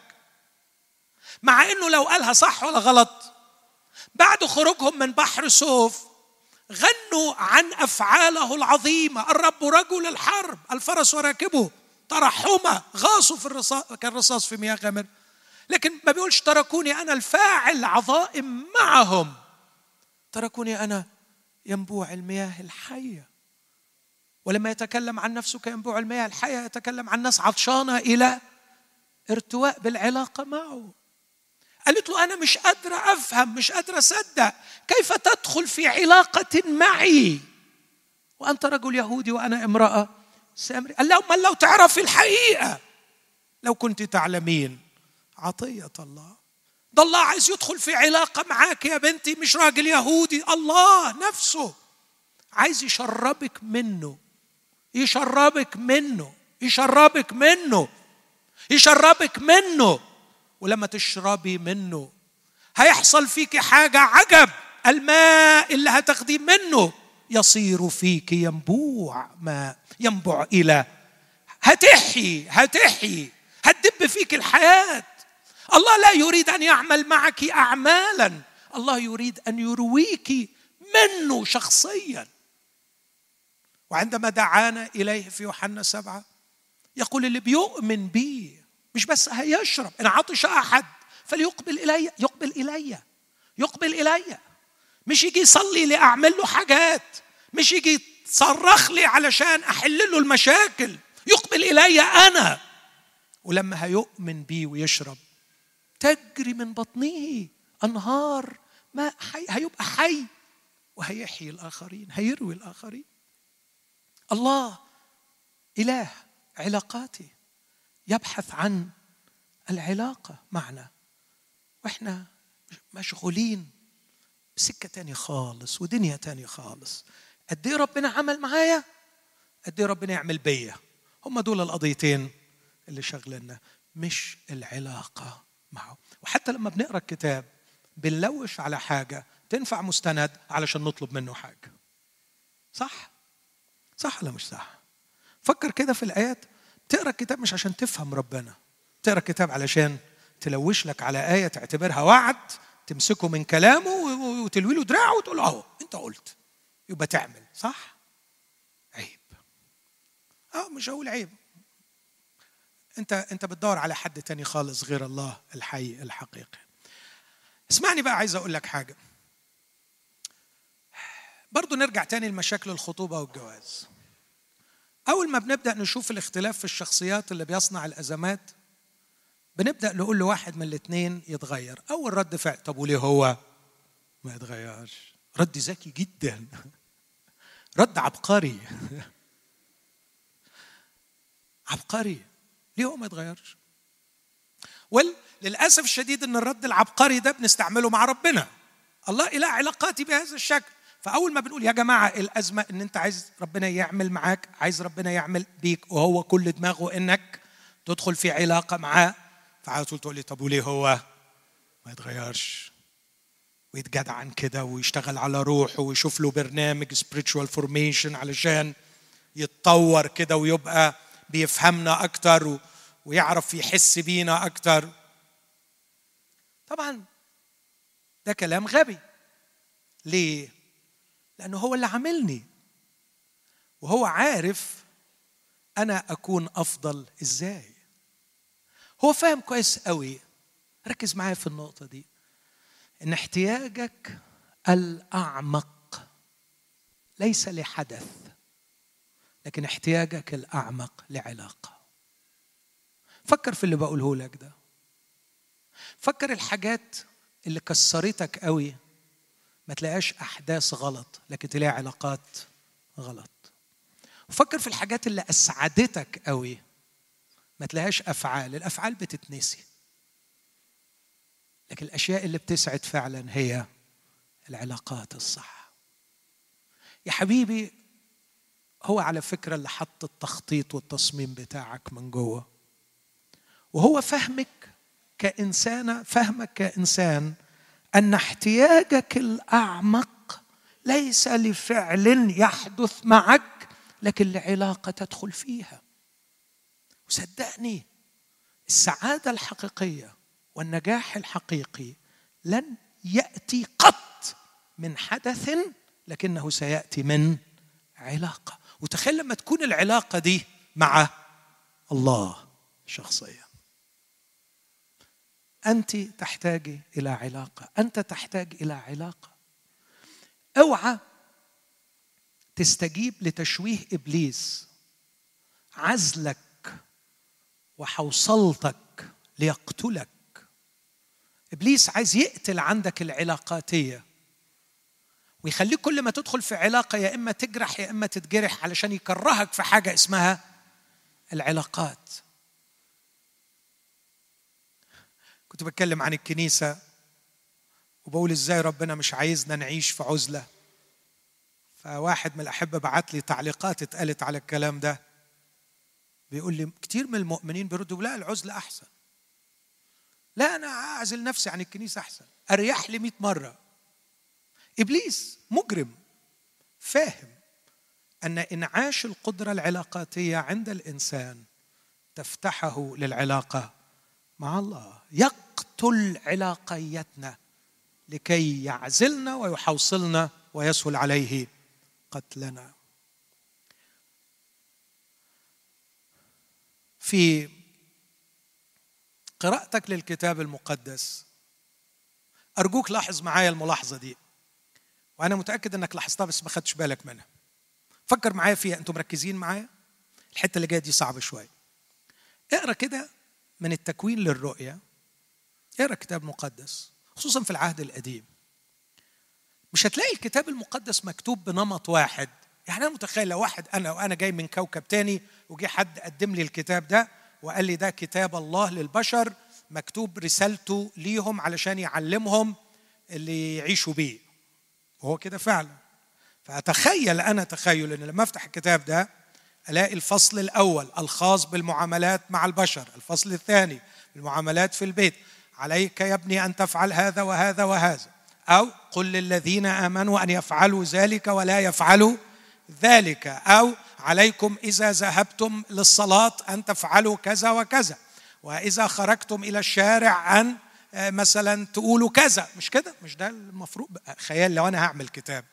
مع إنه لو قالها صح ولا غلط، بعد خروجهم من بحر صوف غنوا عن أفعاله العظيمة. الرب رجل الحرب، الفرس وراكبه، ترحمة، غاصوا في الرصاص كالرصاص في مياه غامر. لكن ما بيقولش تركوني أنا الفاعل عظائم معهم، تركوني أنا ينبوع المياه الحية. ولما يتكلم عن نفسه كينبوع المياه الحية يتكلم عن ناس عطشانة إلى ارتواء بالعلاقة معه. قالت له أنا مش قادرة أفهم، مش قادرة أصدق كيف تدخل في علاقة معي وأنت رجل يهودي وأنا امرأة سامري. قال لهم لو تعرفي الحقيقة، لو كنت تعلمين عطية الله. ده الله عايز يدخل في علاقة معاك يا بنتي، مش راجل يهودي. الله نفسه عايز يشربك منه، يشربك منه، يشربك منه، يشربك منه. ولما تشربي منه هيحصل فيك حاجة عجب. الماء اللي هتاخديه منه يصير فيك ينبوع ماء، ينبع إلى هتحيي هتحيي هتدب فيك الحياة. الله لا يريد أن يعمل معك أعمالا، الله يريد أن يرويك منه شخصيا. وعندما دعانا إليه في يوحنا سبعة يقول اللي بيؤمن بي مش بس هيشرب، إن عطش أحد فليقبل إلي. يقبل إلي، يقبل إلي، مش يجي يصلي لي أعمل له حاجات، مش يجي يصرخ لي علشان أحل له المشاكل. يقبل إلي أنا. ولما هيؤمن بي ويشرب تجري من بطنه أنهار ماء حي. هيبقى حي وهيحيي الآخرين، هيروي الآخرين. الله إله علاقاتي، يبحث عن العلاقة معنا، وإحنا مشغولين بسكة تانية خالص ودنيا تانية خالص. قد إيه ربنا عمل معايا، قد إيه ربنا يعمل بيا. هم دول القضيتين اللي شغلنا، مش العلاقة معه. وحتى لما بنقرأ الكتاب بنلوش على حاجة تنفع مستند علشان نطلب منه حاجة. صح؟ صح ولا مش صح؟ فكر كده في الآيات. تقرأ الكتاب مش عشان تفهم ربنا، تقرأ الكتاب علشان تلوش لك على آية تعتبرها وعد، تمسكه من كلامه وتلوي له دراعه وتقول له اهو انت قلت، يبقى تعمل. صح؟ عيب. اه مش هقول عيب، انت انت بتدور على حد تاني خالص غير الله الحي الحقيقي. اسمعني بقى، عايز اقول لك حاجه. برضو نرجع تاني لمشاكل الخطوبه والجواز. اول ما بنبدا نشوف الاختلاف في الشخصيات اللي بيصنع الازمات، بنبدا نقول لواحد من الاثنين يتغير. اول رد فعل، طب وليه هو ما يتغيرش؟ رد ذكي جدا، رد عبقري عبقري. ليه هو ما يتغيرش؟ وللأسف الشديد ان الرد العبقري ده بنستعمله مع ربنا. الله إله علاقاتي بهذا الشكل. فأول ما بنقول يا جماعة الأزمة ان انت عايز ربنا يعمل معاك، عايز ربنا يعمل بيك، وهو كل دماغه انك تدخل في علاقة معاه، فعاوز تقول لي طب وليه هو ما يتغيرش ويتجدعن كده ويشتغل على روحه ويشوف له برنامج spiritual formation علشان يتطور كده ويبقى بيفهمنا أكتر ويعرف يحس بينا أكتر؟ طبعا ده كلام غبي. ليه؟ لأنه هو اللي عاملني، وهو عارف أنا أكون أفضل إزاي. هو فاهم كويس قوي. ركز معايا في النقطة دي، إن احتياجك الأعمق ليس لحدث، لكن احتياجك الأعمق لعلاقة. فكر في اللي بقوله لك ده. فكر الحاجات اللي كسرتك قوي ما تلاقيش أحداث غلط، لكن تلاقي علاقات غلط. وفكر في الحاجات اللي أسعدتك قوي ما تلاقيش أفعال. الأفعال بتتنسي، لكن الأشياء اللي بتسعد فعلا هي العلاقات الصح. يا حبيبي، هو على فكرة اللي حط التخطيط والتصميم بتاعك من جوه، وهو فهمك كإنسانة، فهمك كإنسان أن احتياجك الأعمق ليس لفعل يحدث معك، لكن لعلاقة تدخل فيها. وصدقني السعادة الحقيقية والنجاح الحقيقي لن يأتي قط من حدث، لكنه سيأتي من علاقة. وتخيل لما تكون العلاقة دي مع الله شخصيا. أنت تحتاج إلى علاقة، أنت تحتاج إلى علاقة. اوعى تستجيب لتشويه إبليس، عزلك وحوصلتك ليقتلك. إبليس عايز يقتل عندك العلاقاتية، ويخليك كل ما تدخل في علاقة يا إما تجرح يا إما تتجرح، علشان يكرهك في حاجة اسمها العلاقات. كنت بتكلم عن الكنيسة وبقول إزاي ربنا مش عايزنا نعيش في عزلة. فواحد من الأحبة بعت لي تعليقات اتقالت على الكلام ده، بيقول لي كتير من المؤمنين بيردوا لا العزلة أحسن، لا أنا أعزل نفسي عن الكنيسة أحسن، أريح لي مئة مرة. إبليس مجرم فاهم أن إنعاش القدرة العلاقاتية عند الإنسان تفتحه للعلاقة مع الله. يقتل علاقيتنا لكي يعزلنا ويحوصلنا ويسهل عليه قتلنا. في قراءتك للكتاب المقدس أرجوك لاحظ معايا الملاحظة دي، وأنا متأكد أنك لاحظتها بس ما خدتش بالك منها. فكر معايا فيها. أنتم مركزين معايا؟ الحتة اللي جاية دي صعبة شوية. اقرأ كده من التكوين للرؤية، اقرأ كتاب مقدس خصوصا في العهد القديم. مش هتلاقي الكتاب المقدس مكتوب بنمط واحد. يعني أنا متخيل لو واحد أنا وأنا جاي من كوكب تاني وجي حد قدم لي الكتاب ده وقال لي ده كتاب الله للبشر، مكتوب رسالته ليهم علشان يعلمهم اللي يعيشوا بيه، وهو كده فعلا. فأتخيل أنا تخيل أن لما أفتح الكتاب ده ألاقي الفصل الأول الخاص بالمعاملات مع البشر، الفصل الثاني بالمعاملات في البيت، عليك يا ابني أن تفعل هذا وهذا وهذا، أو قل للذين آمنوا أن يفعلوا ذلك ولا يفعلوا ذلك، أو عليكم إذا ذهبتم للصلاة أن تفعلوا كذا وكذا، وإذا خرجتم إلى الشارع أن مثلا تقولوا كذا. مش كده؟ مش ده المفروض؟ خيال لو أنا هعمل كتاب،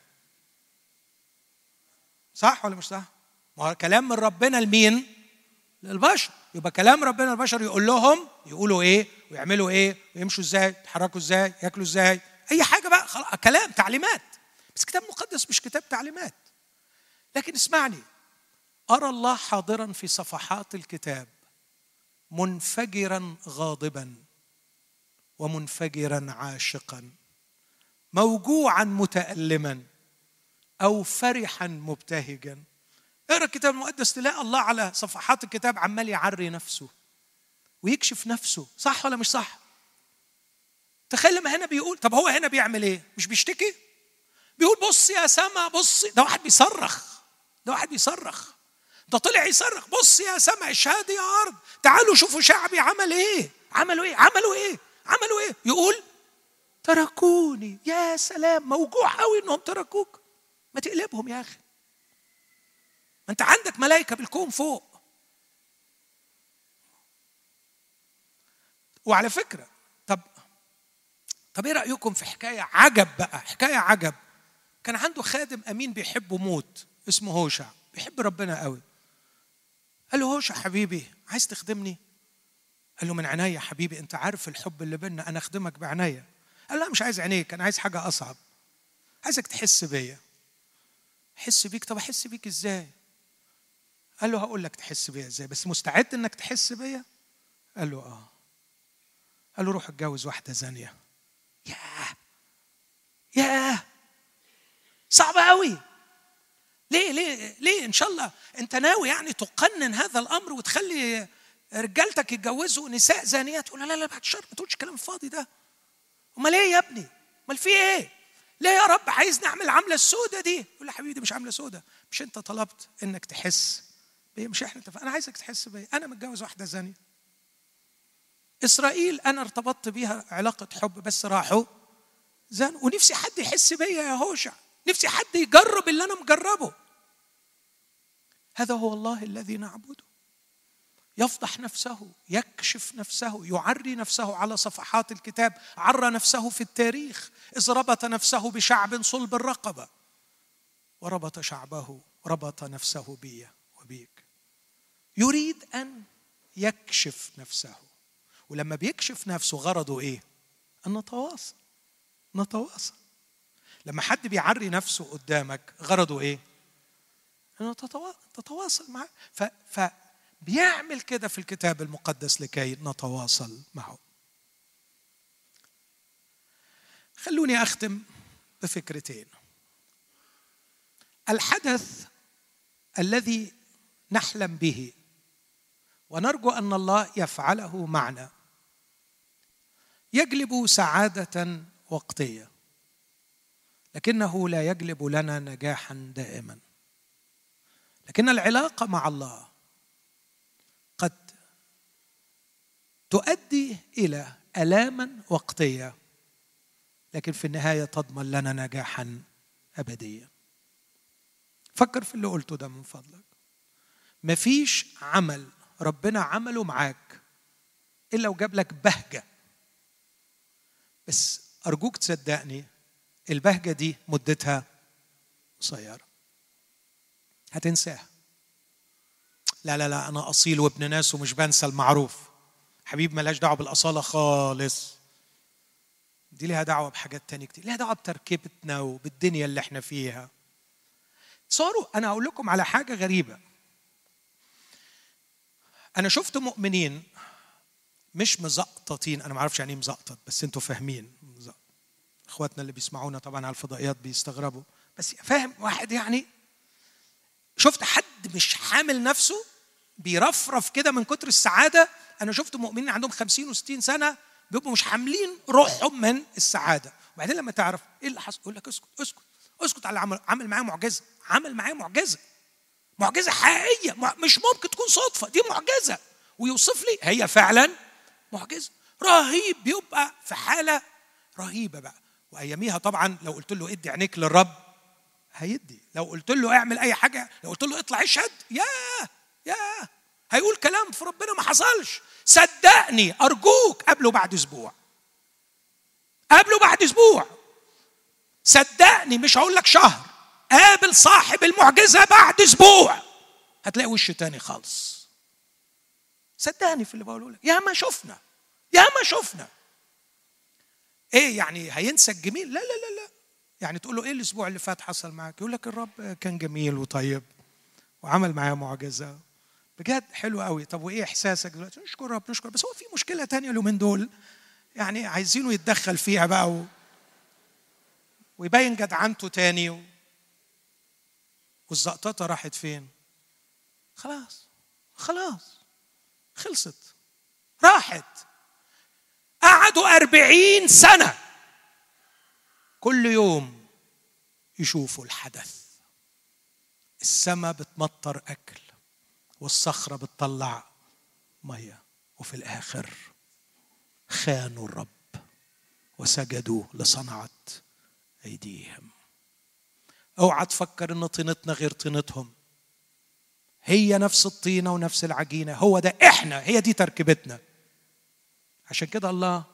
صح ولا مش صح؟ ما هو كلام من ربنا لمين؟ للبشر. يبقى كلام ربنا للبشر يقول لهم يقولوا ايه ويعملوا ايه ويمشوا ازاي، يتحركوا ازاي، ياكلوا ازاي، اي حاجه بقى، خلاص كلام تعليمات. بس كتاب مقدس مش كتاب تعليمات. لكن اسمعني، ارى الله حاضرا في صفحات الكتاب، منفجرا غاضبا ومنفجرا عاشقا، موجوعا متألما او فرحا مبتهجا. اقرا الكتاب المقدس تلاقي الله على صفحات الكتاب عمال يعري نفسه ويكشف نفسه. صح ولا مش صح؟ تخيل لما هنا بيقول، طب هو هنا بيعمل ايه؟ مش بيشتكي؟ بيقول بص يا سما بص. ده واحد بيصرخ، ده واحد بيصرخ، ده طلع يصرخ بص يا سما اشهدي يا ارض، تعالوا شوفوا شعبي عمل ايه، عملوا ايه عملوا ايه عملوا ايه. يقول تركوني. يا سلام، موجوع قوي انهم تركوك. ما تقلبهم يا اخي، ما انت عندك ملائكه بالكون فوق. وعلى فكره، طب طب ايه رايكم في حكايه عجب بقى، حكايه عجب. كان عنده خادم امين بيحبه موت اسمه هوشع، بيحب ربنا قوي. قال له هوشع حبيبي عايز تخدمني؟ قال له من عينيا حبيبي، انت عارف الحب اللي بيننا، انا اخدمك بعناية. قال لا مش عايز عينيك، انا عايز حاجه اصعب، عايزك تحس بيا. احس بيك؟ طب احس بيك ازاي؟ قال له هقول لك تحس بيا ازاي، بس مستعد انك تحس بيا؟ قال له اه. قال له روح اتجوز واحده زانيه. ياه ياه، صعب قوي. ليه ليه ليه؟ ان شاء الله انت ناوي يعني تقنن هذا الامر وتخلي رجالتك يتجوزوا نساء زانيات؟ تقول لا لا بعد الشر ما تقولش كلام فاضي ده. امال ايه يا ابني؟ امال في ايه؟ ليه يا رب عايز نعمل عمله السودة دي؟ يقول له حبيبي دي مش عمله سودة، مش انت طلبت انك تحس بيه؟ مش احنا اتفقنا؟ انا عايزك تحس بيه. انا متجوز واحده زانيه. اسرائيل انا ارتبطت بيها علاقه حب، بس راحوا زان. ونفسي حد يحس بيا يا هوشع، نفسي حد يجرب اللي انا مجربه. هذا هو الله الذي نعبده، يفضح نفسه، يكشف نفسه، يعري نفسه على صفحات الكتاب. عرى نفسه في التاريخ إذ ربط نفسه بشعب صلب الرقبة، وربط شعبه، ربط نفسه بي وبيك. يريد أن يكشف نفسه، ولما بيكشف نفسه غرضه إيه؟ أن نتواصل نتواصل. لما حد بيعري نفسه قدامك غرضه إيه؟ أنه تتواصل معه. ف... فبيعمل كده في الكتاب المقدس لكي نتواصل معه. خلوني أختم بفكرتين. الحدث الذي نحلم به ونرجو أن الله يفعله معنا يجلب سعادة وقتية، لكنه لا يجلب لنا نجاحا دائما. لكن العلاقة مع الله قد تؤدي إلى آلاما وقتية، لكن في النهاية تضمن لنا نجاحا أبديا. فكر في اللي قلته ده من فضلك. مفيش عمل ربنا عمله معاك إلا وجاب لك بهجة، بس أرجوك تصدقني البهجة دي مدتها قصيرة، هتنساها. لا لا لا أنا أصيل وابن ناس ومش بنسى المعروف. حبيب ملاش دعوة بالأصالة خالص، دي لها دعوة بحاجات تانية كتير، لها دعوة بتركيبتنا وبالدنيا اللي احنا فيها. تصوروا أنا أقول لكم على حاجة غريبة. أنا شفت مؤمنين مش مزقططين، أنا ما أعرفش يعني إيه مزقطط بس أنتوا فاهمين. إخواتنا اللي بيسمعونا طبعا على الفضائيات بيستغربوا، بس فاهم واحد يعني. شفت حد مش حامل نفسه بيرفرف كده من كتر السعادة. أنا شفت مؤمنين عندهم خمسين وستين سنة بيبقوا مش حاملين روحهم من السعادة. وبعدين لما تعرف إيه اللي حصل يقول لك اسكت اسكت اسكت على عمل عمل معاه معجزة، عمل معاه معجزة معجزة حقيقية، مش ممكن تكون صدفة، دي معجزة. ويوصف لي هي فعلا معجزة. رهيب، بيبقى في حالة رهيبة بقى. وأياميها طبعا لو قلت له ادي عينيك للرب هيدي، لو قلت له اعمل أي حاجة، لو قلت له اطلع اشهد، يا يا هيقول كلام في ربنا ما حصلش. صدقني أرجوك قبله بعد أسبوع، قبله بعد أسبوع، صدقني مش هقول لك شهر، قابل صاحب المعجزة بعد أسبوع هتلاقي وش تاني خالص. صدقني في اللي بقوله لك، يا ما شفنا يا ما شفنا. ايه يعني هينسى الجميل؟ لا لا لا لا. يعني تقول له ايه الاسبوع اللي فات حصل معك؟ يقول لك الرب كان جميل وطيب وعمل معايا معجزة بجد حلو قوي. طب وايه احساسك دلوقتي؟ نشكر رب نشكر. بس هو في مشكلة تانية اليومين دول يعني عايزينه يتدخل فيها بقى و... ويبين جدعنته تاني و... والزقططة راحت فين؟ خلاص خلاص خلصت راحت. قعدوا أربعين سنة كل يوم يشوفوا الحدث. السماء بتمطر أكل والصخرة بتطلع مية، وفي الآخر خانوا الرب وسجدوا لصنعة أيديهم. اوعى تفكر ان طينتنا غير طينتهم، هي نفس الطينة ونفس العجينة، هو ده احنا، هي دي تركيبتنا. عشان كده الله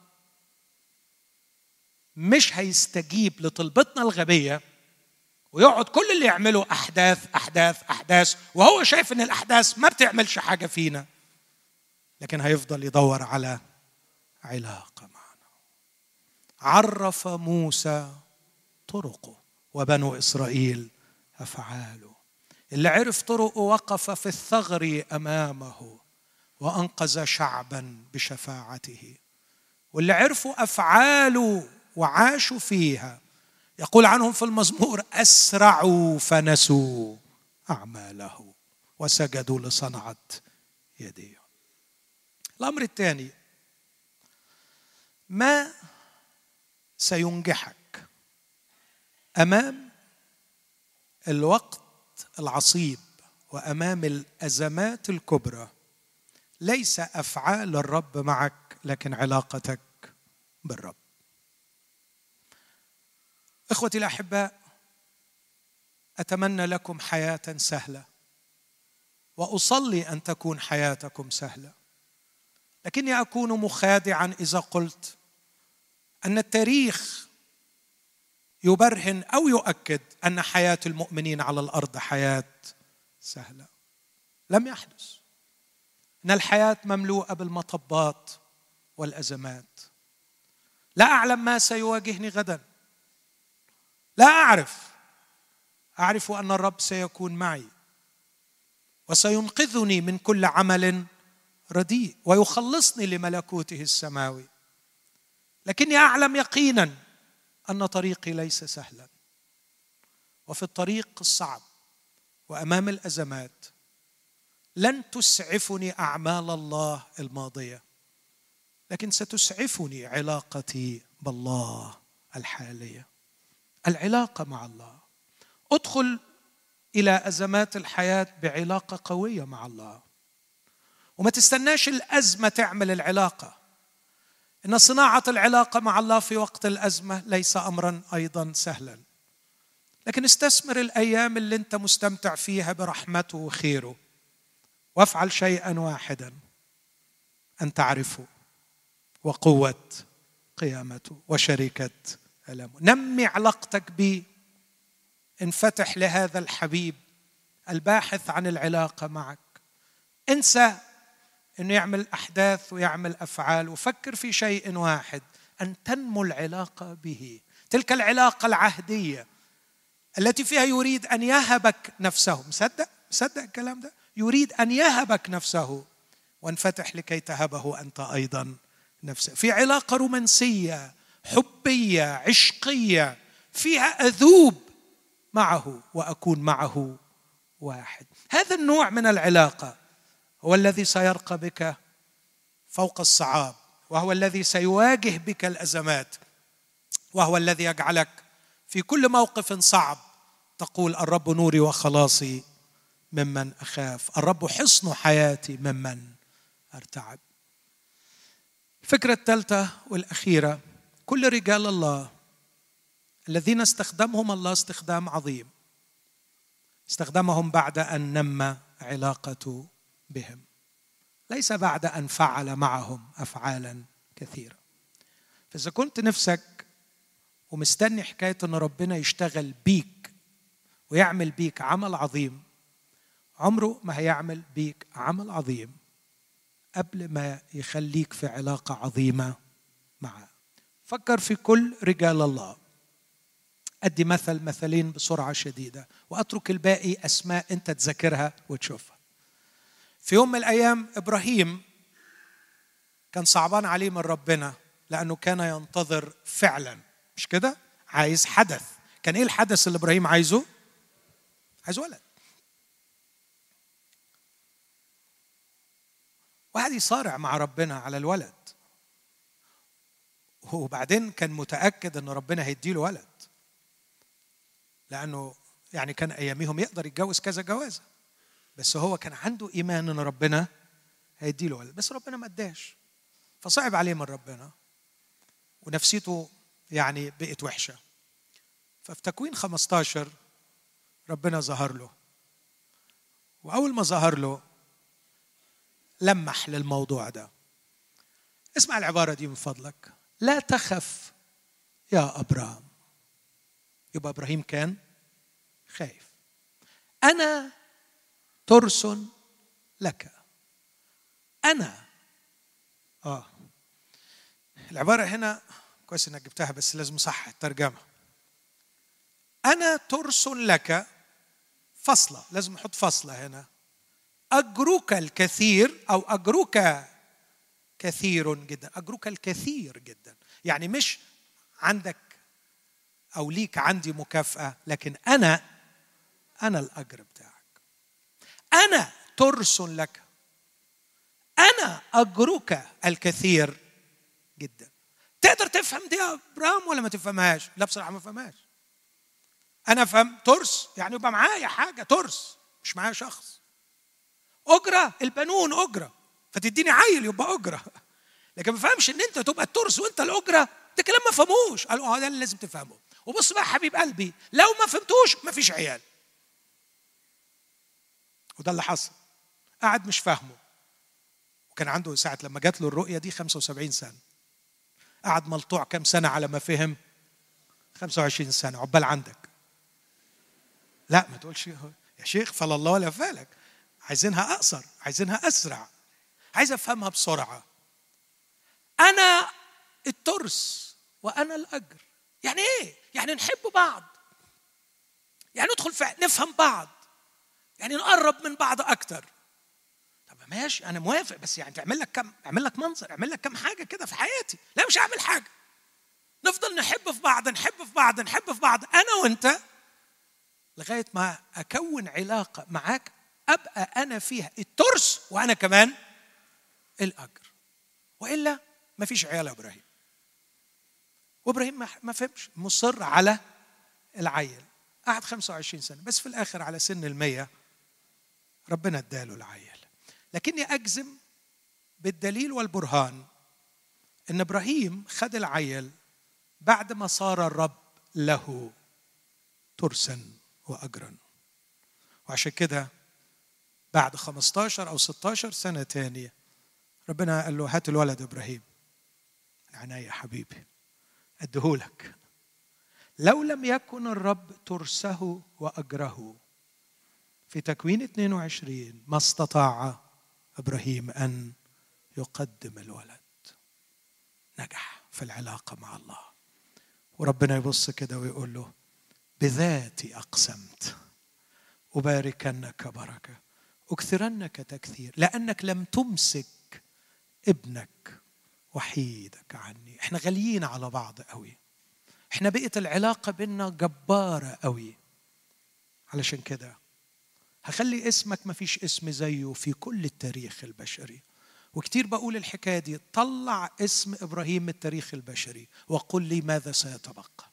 مش هيستجيب لطلبتنا الغبية ويقعد كل اللي يعمله أحداث أحداث أحداث وهو شايف ان الأحداث ما بتعملش حاجة فينا، لكن هيفضل يدور على علاقة معنا. عرف موسى طرقه وبنو إسرائيل أفعاله. اللي عرف طرقه وقف في الثغر أمامه وأنقذ شعبا بشفاعته. واللي عرفوا أفعاله وعاشوا فيها يقول عنهم في المزمور أسرعوا فنسوا أعماله وسجدوا لصنعة يديه. الأمر الثاني، ما سينجحك أمام الوقت العصيب وأمام الأزمات الكبرى ليس أفعال الرب معك لكن علاقتك بالرب. إخوتي الأحباء، أتمنى لكم حياة سهلة وأصلي أن تكون حياتكم سهلة، لكني أكون مخادعا إذا قلت أن التاريخ يبرهن أو يؤكد أن حياة المؤمنين على الأرض حياة سهلة. لم يحدث. إن الحياة مملوءة بالمطبات والأزمات. لا أعلم ما سيواجهني غدا، لا أعرف. أعرف أن الرب سيكون معي وسينقذني من كل عمل رديء ويخلصني لملكوته السماوي. لكني أعلم يقينا أن طريقي ليس سهلا، وفي الطريق الصعب وأمام الأزمات لن تسعفني أعمال الله الماضية، لكن ستسعفني علاقتي بالله الحالية، العلاقة مع الله. أدخل إلى أزمات الحياة بعلاقة قوية مع الله، وما تستناش الأزمة تعمل العلاقة. إن صناعة العلاقة مع الله في وقت الأزمة ليس أمرا أيضا سهلا، لكن استثمر الأيام اللي أنت مستمتع فيها برحمته وخيره، وافعل شيئا واحدا، أن تعرفه وقوة قيامته وشركة ألمه. نمي علاقتك به، انفتح لهذا الحبيب الباحث عن العلاقة معك. انسى أنه يعمل أحداث ويعمل أفعال، وفكر في شيء واحد، أن تنمو العلاقة به، تلك العلاقة العهدية التي فيها يريد أن يهبك نفسه. مصدق؟ مصدق الكلام ده؟ يريد أن يهبك نفسه، وانفتح لكي تهبه أنت أيضا نفسك. في علاقة رومانسية حبية عشقية فيها أذوب معه وأكون معه واحد. هذا النوع من العلاقة هو الذي سيرقى بك فوق الصعاب، وهو الذي سيواجه بك الأزمات، وهو الذي يجعلك في كل موقف صعب تقول الرب نوري وخلاصي ممن أخاف، الرب حصن حياتي ممن أرتعب. الفكرة الثالثة والأخيرة، كل رجال الله الذين استخدمهم الله استخدام عظيم، استخدمهم بعد أن نمى علاقته بهم، ليس بعد أن فعل معهم أفعالا كثيرة. فإذا كنت نفسك ومستني حكاية أن ربنا يشتغل بيك ويعمل بيك عمل عظيم، عمره ما هيعمل بيك عمل عظيم قبل ما يخليك في علاقة عظيمة معه. فكر في كل رجال الله. أدي مثل مثلين بسرعة شديدة وأترك الباقي أسماء أنت تذكرها وتشوفها. في يوم من الأيام إبراهيم كان صعبان عليه من ربنا لأنه كان ينتظر فعلا، مش كده؟ عايز حدث. كان إيه الحدث اللي إبراهيم عايزه؟ عايز ولد. واحد يصارع مع ربنا على الولد، وبعدين كان متأكد أن ربنا هيديله ولد، لأنه يعني كان أياميهم يقدر يتجوز كذا جوازة، بس هو كان عنده إيمان أن ربنا هيديله ولد، بس ربنا ما اداش، فصعب عليه من ربنا ونفسيته يعني بقت وحشة. ففي تكوين خمسة عشر ربنا ظهر له، وأول ما ظهر له لمح للموضوع ده. اسمع العبارة دي من فضلك: لا تخف يا أبرام. يبقى إبراهيم كان خايف. أنا ترس لك. أنا آه العبارة هنا كويس إنك جبتها، بس لازم صح الترجمة. أنا ترس لك فصلة، لازم نحط فصلة هنا. أجرك الكثير أو أجرك كثير جدا، أجرك الكثير جدا، يعني مش عندك أو ليك عندي مكافأة، لكن أنا أنا الأجر بتاعك. أنا ترس لك، أنا أجرك الكثير جدا. تقدر تفهم دي يا إبراهيم ولا ما تفهمهاش؟ لا بصراحة ما فهمهاش. أنا فهم ترس يعني يبقى معايا حاجة، ترس مش معايا شخص. أجرة البنون أجرة، فتديني عيل يبقى أجرة، لكن ما فهمش إن أنت تبقى الترس وأنت الأجرة. ده كلام ما فهموش. قالوا اه ده اللي لازم تفهمه. وبص بقى حبيب قلبي، لو ما فهمتوش ما فيش عيال. وده اللي حصل. قعد مش فاهمه، وكان عنده ساعة لما جات له الرؤية دي خمسة وسبعين سنة. قعد ملطوع كم سنة على ما فهم؟ خمسة وعشرين سنة. عقبال عندك. لا ما تقولش يا شيخ فلا الله ولا فالك. عايزينها أقصر، عايزينها أسرع، عايز أفهمها بسرعة. أنا الترس وأنا الأجر. يعني إيه؟ يعني نحب بعض، يعني ندخل في نفهم بعض، يعني نقرب من بعض أكتر. طب ماشي أنا موافق، بس يعني تعمل لك كم، أعمل لك منظر، أعمل لك كم حاجة كده في حياتي. لا مش هعمل حاجة. نفضل نحب في بعض نحب في بعض نحب في بعض أنا وأنت لغاية ما أكون علاقة معاك أبقى أنا فيها الترس وأنا كمان الأجر. وإلا ما فيش عيال يا إبراهيم. وإبراهيم ما فهمش، مصر على العيل. قعد خمسة وعشرين سنة، بس في الآخر على سن المية ربنا اداله العيل. لكني أجزم بالدليل والبرهان إن إبراهيم خد العيل بعد ما صار الرب له ترسا وأجرا. وعشان كده بعد خمسة عشر أو ستة عشر سنة تانية ربنا قال له هات الولد إبراهيم. عناية يا حبيبي أديهولك. لو لم يكن الرب ترسه وأجره في تكوين اثنين وعشرين ما استطاع إبراهيم أن يقدم الولد. نجح في العلاقة مع الله. وربنا يبص كده ويقول له بذاتي أقسمت أباركنك بركة أكثرنك تكثير لأنك لم تمسك ابنك وحيدك عني. احنا غاليين على بعض قوي، احنا بقت العلاقة بيننا جبارة قوي. علشان كده هخلي اسمك ما فيش اسم زيه في كل التاريخ البشري. وكتير بقول الحكاية دي، طلع اسم إبراهيم من التاريخ البشري وقل لي ماذا سيتبقى.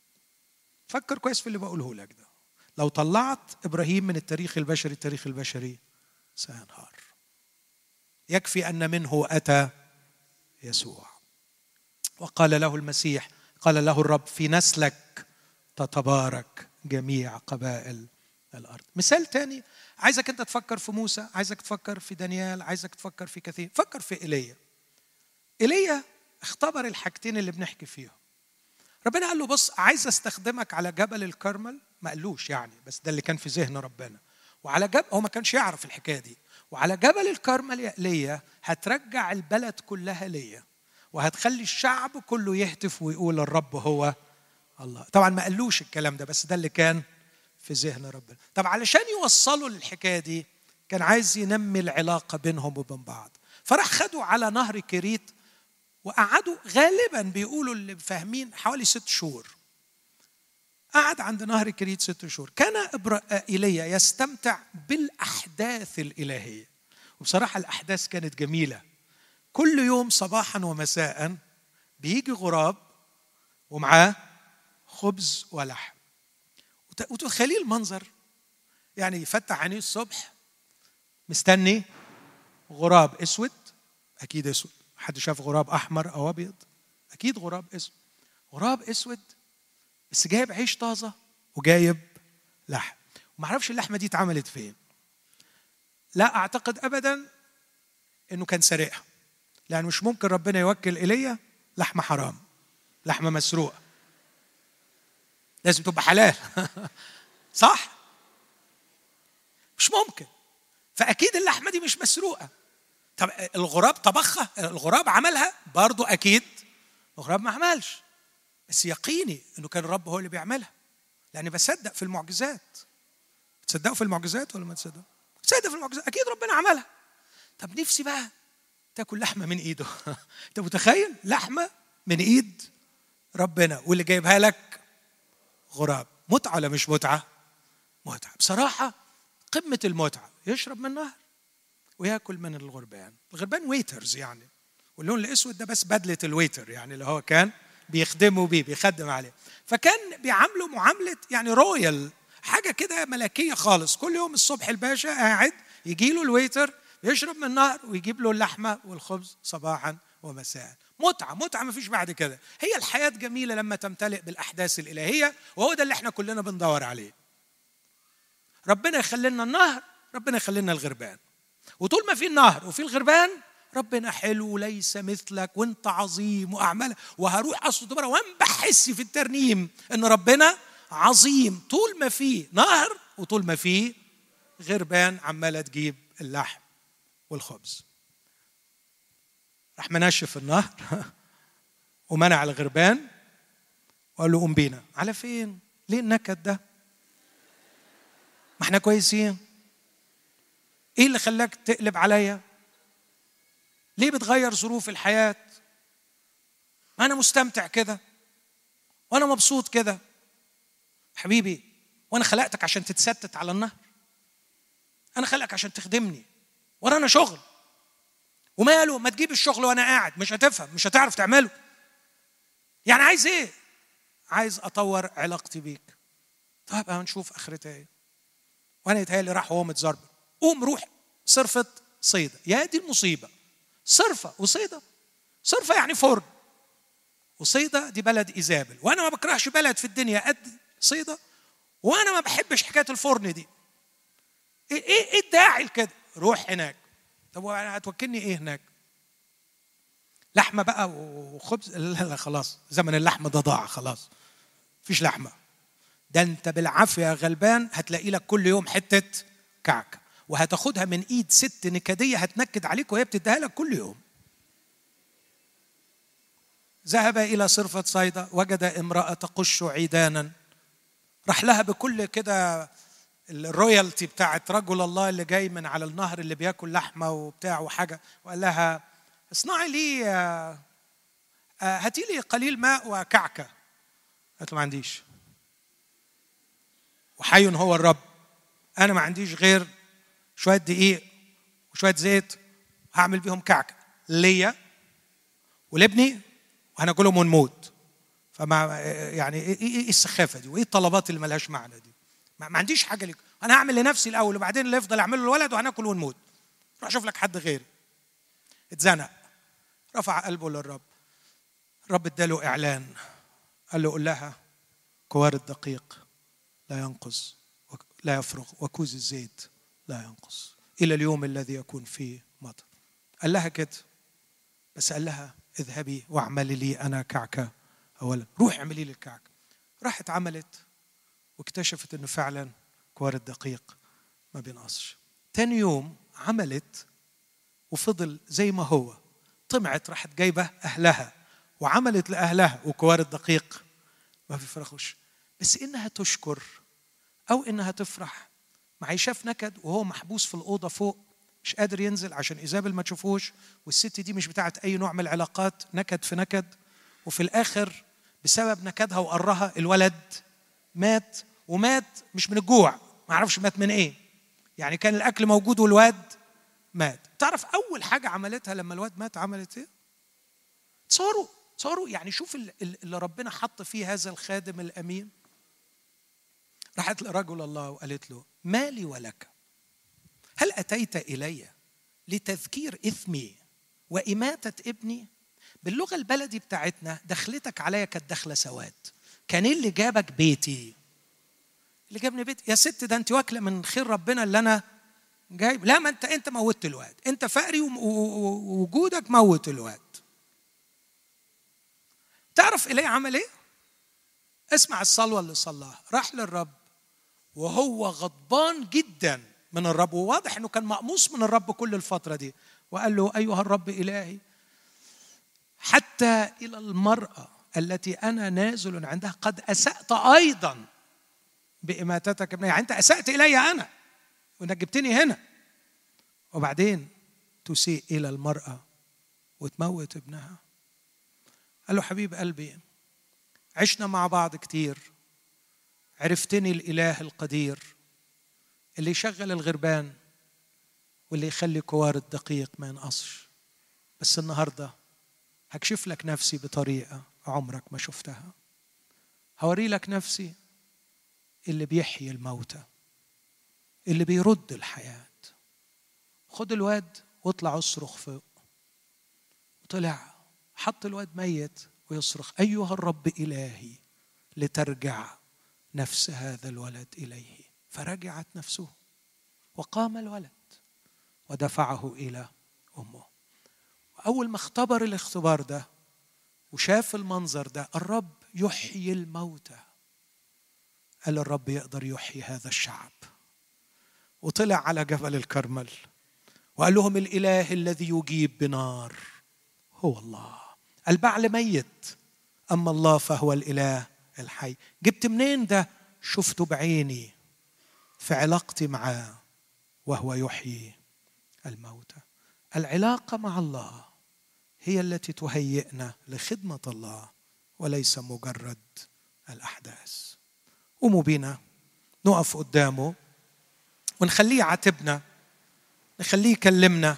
فكر كويس في اللي بقوله لك ده. لو طلعت إبراهيم من التاريخ البشري، التاريخ البشري سينهار. يكفي أن منه أتى يسوع. وقال له المسيح، قال له الرب: في نسلك تتبارك جميع قبائل الأرض. مثال تاني، عايزك أنت تفكر في موسى، عايزك تفكر في دانيال، عايزك تفكر في كثير. فكر في إيليا. إيليا اختبر الحاجتين اللي بنحكي فيهم. ربنا قال له: بص، عايز استخدمك على جبل الكرمل. ما قالوش يعني، بس ده اللي كان في ذهن ربنا. وعلى جبل، هو ما كانش يعرف الحكاية دي. وعلى جبل الكرمل يا إيليا هترجع البلد كلها ليا، وهتخلي الشعب كله يهتف ويقول الرب هو الله. طبعا ما قالوش الكلام ده، بس ده اللي كان في ذهن ربنا. طب علشان يوصلوا للحكاية دي كان عايز ينمي العلاقة بينهم وبين بعض، فراح خدوا على نهر كريت وقعدوا، غالبا بيقولوا اللي فاهمين حوالي ست شهور. قعد عند نهر كريت ست شهور. كان إيليا يستمتع بالأحداث الإلهية، وبصراحة الأحداث كانت جميلة. كل يوم صباحا ومساء بيجي غراب ومعاه خبز ولحم. وتخيلي المنظر، يعني يفتح عينيه الصبح مستني غراب اسود، اكيد اسود، حد شاف غراب احمر او ابيض؟ اكيد غراب اسود. غراب اسود بس جايب عيش طازه وجايب لحم. وما اعرفش اللحمه دي اتعملت فين. لا اعتقد ابدا انه كان سارقها، لان مش ممكن ربنا يوكل ايليا لحمه حرام، لحمه مسروقه، لازم تبقى حلال. صح؟ مش ممكن. فأكيد اللحمة دي مش مسروقة. طب الغراب طبخها؟ الغراب عملها؟ برضو أكيد الغراب ما عملش، بس يقيني إنه كان الرب هو اللي بيعملها، لأني بصدق في المعجزات. تصدقوا في المعجزات ولا ما تصدقوا؟ تصدق في المعجزات، أكيد ربنا عملها. طب نفسي بقى تاكل لحمة من إيده. أنت متخيل؟ لحمة من إيد ربنا، واللي جايبها لك غراب. متعة ولا مش متعة؟ متعة بصراحة، قمة المتعة. يشرب من نهر ويأكل من الغربان. الغربان ويترز يعني، واللون الأسود ده بس بدلة الويتر، يعني اللي هو كان بيخدمه بيه، بيخدم عليه. فكان بيعامله معاملة يعني رويال، حاجة كده ملكية خالص. كل يوم الصبح الباشا قاعد يجي له الويتر يشرب من نهر ويجيب له اللحمة والخبز صباحا ومساء. متعة متعة ما فيش بعد كده. هي الحياة جميلة لما تمتلئ بالأحداث الإلهية، وهو ده اللي احنا كلنا بندور عليه. ربنا يخلي لنا النهر، ربنا يخلي لنا الغربان. وطول ما في النهر وفي الغربان ربنا حلو وليس مثلك وانت عظيم واعمال. وهروح اصل دبره وانبح حسي في الترنيم ان ربنا عظيم طول ما في نهر وطول ما في غربان عماله تجيب اللحم والخبز. راح منشف النهر ومنع الغربان وقال له: قوم بينا. على فين؟ ليه النكد ده؟ ما احنا كويسين. ايه اللي خلاك تقلب عليا؟ ليه بتغير ظروف الحياة؟ ما انا مستمتع كده وانا مبسوط كده. حبيبي، وانا خلقتك عشان تتستت على النهر؟ انا خلقك عشان تخدمني، ورانا شغل. وماله؟ ما تجيب الشغل وانا قاعد، مش هتفهم، مش هتعرف تعمله. يعني عايز ايه؟ عايز اطور علاقتي بيك. طيب هنشوف اخرتها ايه. وانا يتهيألي راح وهو متزربن: قوم روح صرفة صيدا. يا دي المصيبة، صرفة وصيدا. صرفة يعني فرن، وصيدا دي بلد إيزابل. وانا ما بكرهش بلد في الدنيا قد صيدا، وانا ما بحبش حكاية الفرن دي. ايه ايه, إيه الداعي لكده؟ روح هناك. طب هتوكلني ايه هناك؟ لحمة بقى وخبز؟ لا لا خلاص، زمن اللحمة ده ضاع خلاص، مفيش لحمة. ده انت بالعافية غلبان هتلاقي لك كل يوم حتة كعكة، وهتاخدها من ايد ست نكدية هتنكد عليك وهي بتديها لك كل يوم. ذهب الى صرفة صيدا وجد امرأة تقش عيدانا. راح لها بكل كده الرويالتي بتاعت رجل الله اللي جاي من على النهر اللي بياكل لحمة وبتاع وحاجة، وقال لها: اصنعي لي، هاتي لي قليل ماء وكعكة. قالت له: ما عنديش. وحي هو الرب، انا ما عنديش غير شويه دقيق وشويه زيت، هعمل بيهم كعكه ليا ولابني وهناكلهم ونموت. فما يعني ايه السخافه دي وايه الطلبات اللي ملهاش معنى دي؟ ما عنديش حاجه ليك، انا هعمل لنفسي الاول وبعدين اللي يفضل اعمله الولد وهناكل ونموت. روح شوف لك حد غيري. اتزنق، رفع قلبه للرب. الرب اداله إعلان، قال له قل لها كوار الدقيق لا ينقص لا يفرغ وكوز الزيت لا ينقص إلى اليوم الذي يكون فيه مطر. قال لها كده، بس قال لها اذهبي واعملي لي أنا كعكة أولا، روح اعملي لي الكعكة. راحت عملت واكتشفت أنه فعلا كوار الدقيق ما بينقصش. تاني يوم عملت وفضل زي ما هو. طمعت راحت جايبة أهلها وعملت لأهلها وكوار الدقيق ما بيفرخوش. بس إنها تشكر أو إنها تفرح. معي شاف نكد وهو محبوس في الأوضة فوق مش قادر ينزل عشان إيزابل ما تشوفوش، والست دي مش بتاعت أي نوع من العلاقات، نكد في نكد. وفي الآخر بسبب نكدها وقرها الولد مات، ومات مش من الجوع، ما عرفش مات من إيه، يعني كان الأكل موجود والواد مات. تعرف أول حاجة عملتها لما الواد مات عملت إيه؟ تصوروا تصوروا يعني شوف اللي ربنا حط فيه هذا الخادم الأمين. راحت لرجل الله وقالت له ما لي ولك؟ هل أتيت إلي لتذكير إثمي وإماتة ابني؟ باللغة البلدي بتاعتنا دخلتك عليا كانت دخلة سواد. كان اللي جابك بيتي؟ اللي جابني بيتي يا ست ده أنت واكلة من خير ربنا اللي أنا جايب. لا، ما أنت أنت موت الواد، أنت فقري ووجودك موت الواد. تعرف إليه عمل إيه؟ اسمع الصلوة اللي صلاها. راح للرب وهو غضبان جدا من الرب، وواضح أنه كان مقموص من الرب كل الفترة دي، وقال له أيها الرب إلهي، حتى إلى المرأة التي أنا نازل عندها قد أسأت أيضا بإماتتك ابني. يعني أنت أسأت إلي أنا وأنك جبتني هنا، وبعدين تسيء إلى المرأة وتموت ابنها. قال له حبيب قلبي، عشنا مع بعض كتير، عرفتني الإله القدير اللي يشغل الغربان واللي يخلي كوار الدقيق ما ينقصش. بس النهاردة هكشف لك نفسي بطريقة عمرك ما شفتها. هوري لك نفسي اللي بيحيي الموتى، اللي بيرد الحياة. خد الواد واطلع اصرخ فوق. وطلع حط الواد ميت ويصرخ أيها الرب إلهي لترجع نفس هذا الولد إليه. فرجعت نفسه وقام الولد ودفعه إلى أمه. وأول ما اختبر الاختبار ده وشاف المنظر ده، الرب يحيي الموتى، قال الرب يقدر يحيي هذا الشعب. وطلع على جبل الكرمل وقال لهم الإله الذي يجيب بنار هو الله. البعل ميت أما الله فهو الإله الحي. جبت منين ده؟ شفته بعيني في علاقتي معاه وهو يحيي الموتى. العلاقة مع الله هي التي تهيئنا لخدمة الله وليس مجرد الأحداث. قوموا بينا نقف قدامه ونخليه يعاتبنا، نخليه يكلمنا،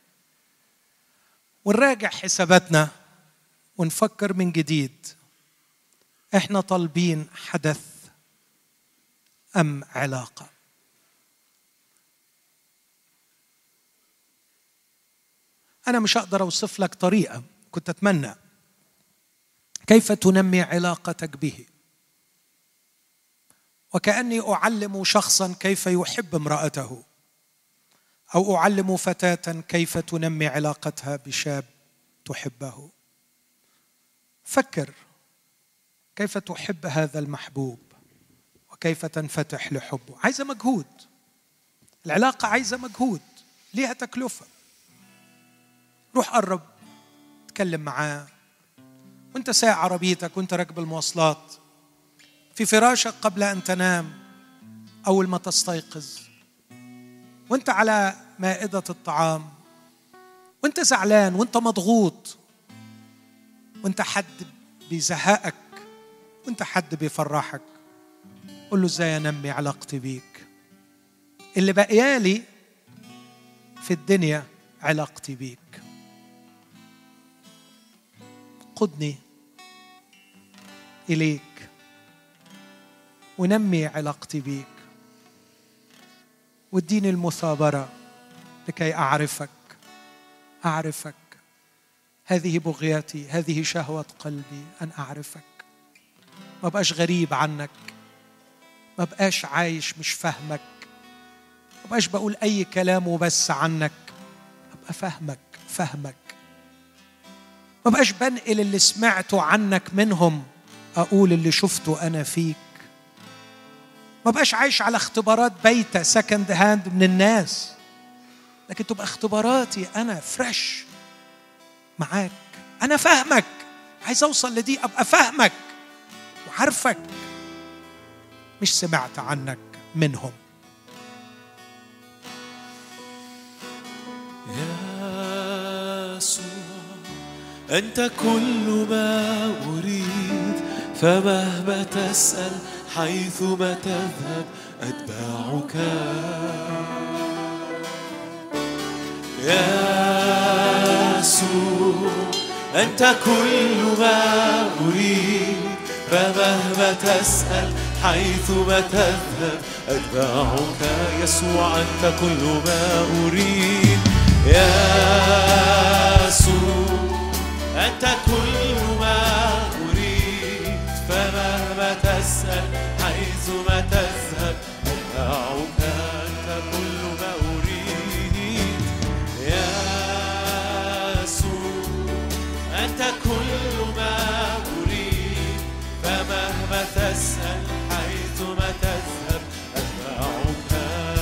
ونراجع حساباتنا ونفكر من جديد. احنا طالبين حدث أم علاقة؟ أنا مش هقدر أوصف لك طريقة، كنت أتمنى كيف تنمي علاقتك به، وكأني أعلم شخصا كيف يحب امرأته، أو أعلم فتاة كيف تنمي علاقتها بشاب تحبه. فكر كيف تحب هذا المحبوب وكيف تنفتح لحبه. عايزة مجهود، العلاقة عايزة مجهود، ليها تكلفة. روح قرب تكلم معاه وانت سايق عربيتك، وانت راكب المواصلات، في فراشك قبل أن تنام، أول ما تستيقظ، وانت على مائدة الطعام، وانت زعلان وانت مضغوط، وانت حد بيزهقك وانت حد بيفرحك. قل له ازاي انمي علاقتي بيك؟ اللي بقيالي في الدنيا علاقتي بيك. قدني إليك ونمي علاقتي بيك، واديني المثابرة لكي أعرفك أعرفك هذه بغيتي، هذه شهوة قلبي، أن أعرفك. ما بقاش غريب عنك، ما بقاش عايش مش فاهمك، ما بقاش بقول أي كلام وبس عنك، أبقى فاهمك فاهمك. ما بقاش بنقل اللي سمعته عنك منهم، أقول اللي شفته أنا فيك. ما بقاش عايش على اختبارات بيتة سكند هاند من الناس، لكن تبقى اختباراتي أنا فريش معاك. أنا فاهمك، عايز أوصل لدي، أبقى فاهمك وعارفك، مش سمعت عنك منهم. يا يسوع أنت كل ما أريد، فمهما تسأل حيثما تذهب أتبعك. يا يسوع أنت كل ما أريد، فمهما تسأل حيثما تذهب أتبعك. يسوع أنت كل ما أريد، يا يسوع أنت كل ما أريد، فمهما تسأل حيثما تذهب أتبعك. أنت كل ما أريد، يا يسوع أنت كل ما أريد، فمهما تسأل حيثما تذهب أتبعك.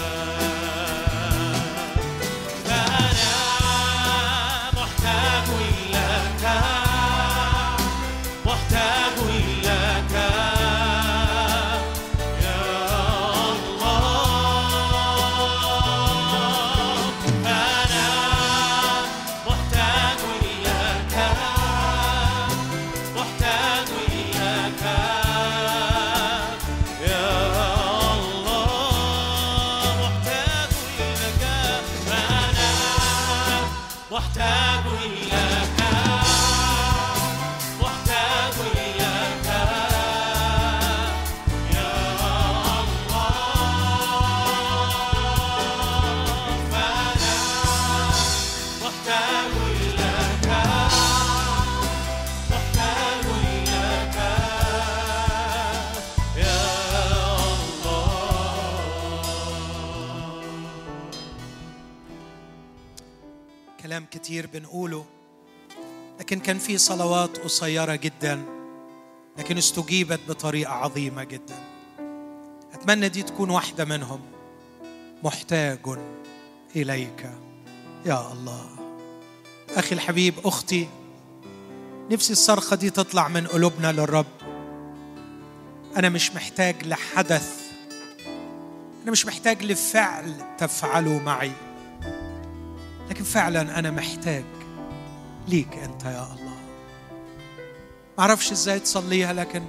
كلام كتير بنقوله، لكن كان في صلوات قصيرة جدا لكن استجيبت بطريقة عظيمة جدا. أتمنى دي تكون واحدة منهم. محتاج إليك يا الله. أخي الحبيب، أختي، نفسي الصرخة دي تطلع من قلوبنا للرب. أنا مش محتاج لحدث، أنا مش محتاج لفعل تفعله معي، لكن فعلا أنا محتاج ليك أنت يا الله. معرفش إزاي تصليها، لكن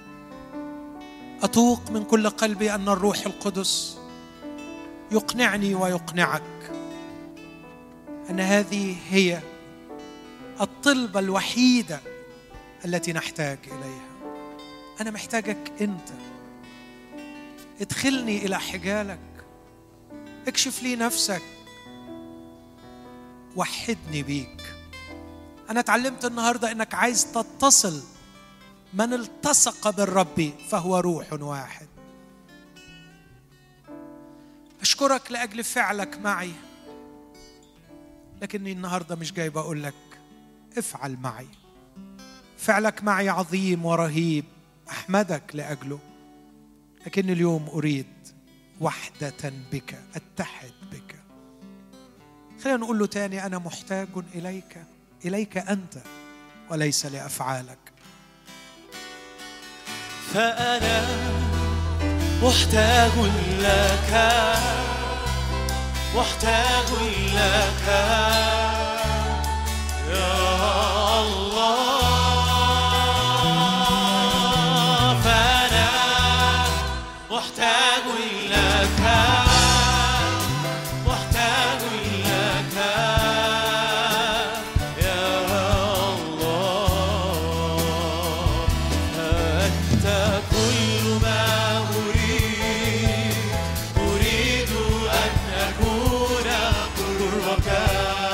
أتوق من كل قلبي أن الروح القدس يقنعني ويقنعك أن هذه هي الطلبة الوحيدة التي نحتاج إليها. أنا محتاجك أنت. ادخلني إلى حجالك، اكشف لي نفسك، وحدني بيك. أنا اتعلمت النهاردة أنك عايز تتصل. من التصق بالرب فهو روح واحد. أشكرك لأجل فعلك معي، لكني النهاردة مش جاي بقول لك افعل معي. فعلك معي عظيم ورهيب، أحمدك لأجله، لكن اليوم أريد وحدة بك، أتحد بك. خلينا نقول له تاني، أنا محتاج إليك، إليك أنت وليس لأفعالك. فأنا محتاج لك، محتاج لك يا الله. فأنا محتاج لك، محتاج لك يا الله. أنت كل ما أريد، أريد أن أكون قربك.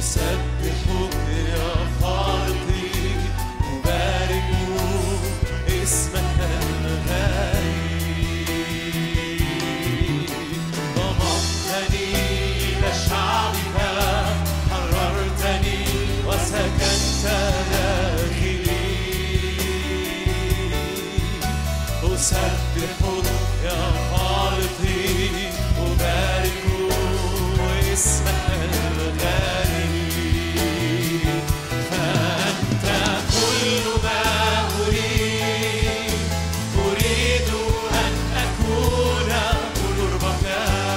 أسبحك يا خالقي أبارك اسمك الغالي ضممتني إلى شعبك حررتني وسكنت داخلي أسبحك يا خالقي أبارك اسمك الغالي فأنت كل ما أريد أريد أن أكون قربك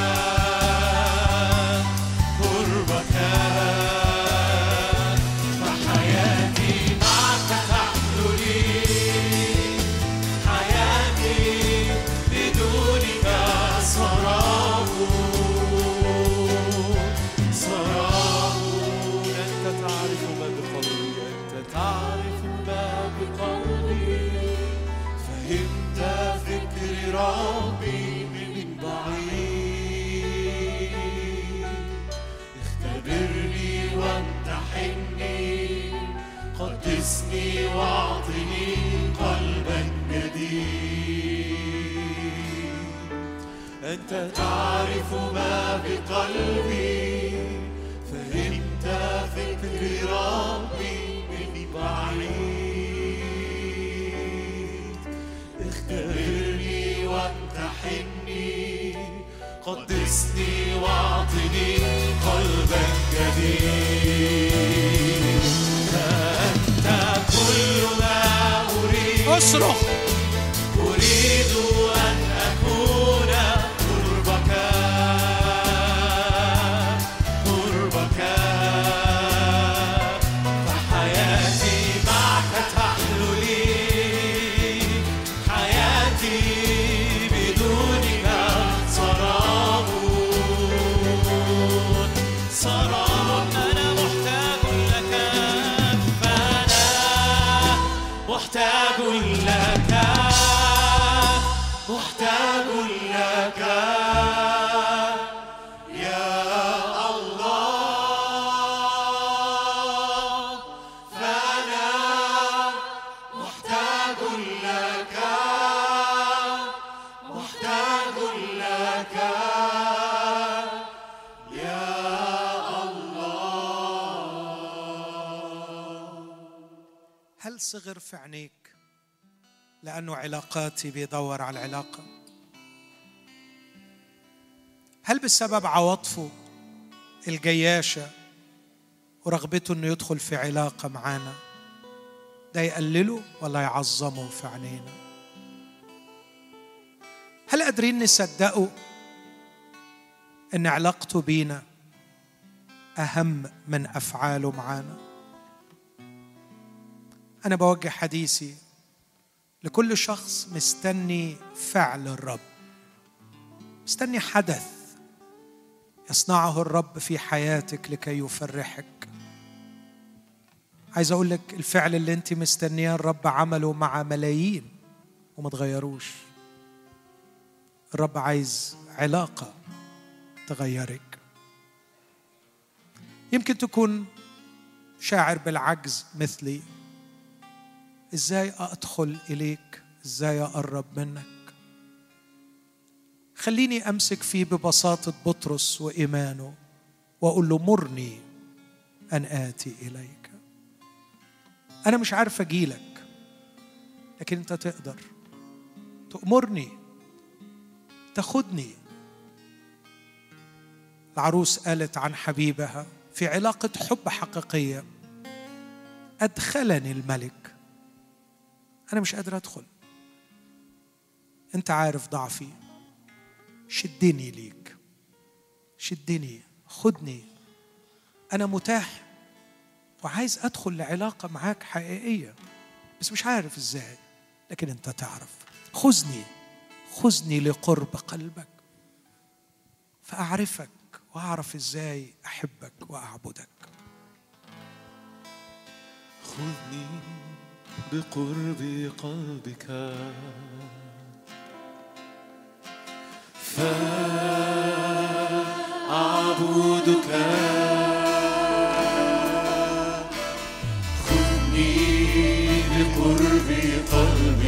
قربك فحياتي معك تحلو لي حياتي بدونك سراب سراب أنت تعرف ما بقلبي أنت تعرف ما بقلبي فهمت فكر ربي من بعيد اختبرني وامتحني قدسني واعطني قلبا جديد أنت تعرف ما بقلبي فهمت فكر ربي من بعيد اختبرني وامتحني قدسني واعطني قلبا جديد فأنت كل ما أريد اصرخ أريد أن أكون قربك قربك فحياتي معك تحلو لي حياتي بدونك سراب سراب أنا محتاج لك فأنا محتاج لك محتاج لك يا الله فأنا محتاج لك محتاج لك يا الله هل صغر في عينيك لأنه علاقاتي بيدور على العلاقة؟ هل بسبب عواطفه الجياشة ورغبته أنه يدخل في علاقة معانا ده يقلله ولا يعظمه في عينينا؟ هل قادرين نصدقه أن علاقته بينا أهم من أفعاله معانا؟ أنا بوجه حديثي لكل شخص مستني فعل الرب، مستني حدث يصنعه الرب في حياتك لكي يفرحك. عايز أقول لك الفعل اللي أنت مستنيه الرب عمله مع ملايين وما تغيروش. الرب عايز علاقة تغيرك. يمكن تكون شاعر بالعجز مثلي، إزاي أدخل إليك؟ إزاي أقرب منك؟ خليني أمسك فيه ببساطة بطرس وإيمانه وأقول له مرني أن آتي إليك. أنا مش عارف أجيلك، لكن أنت تقدر تأمرني، تاخدني. العروس قالت عن حبيبها في علاقة حب حقيقية: أدخلني الملك، أنا مش قادر أدخل، أنت عارف ضعفي، شدني ليك، شدني، خدني، أنا متاح وعايز أدخل لعلاقة معاك حقيقية، بس مش عارف إزاي، لكن أنت تعرف. خذني خذني لقرب قلبك فأعرفك وأعرف إزاي أحبك وأعبدك. خذني بقرب قلبك فأعبدك قلبي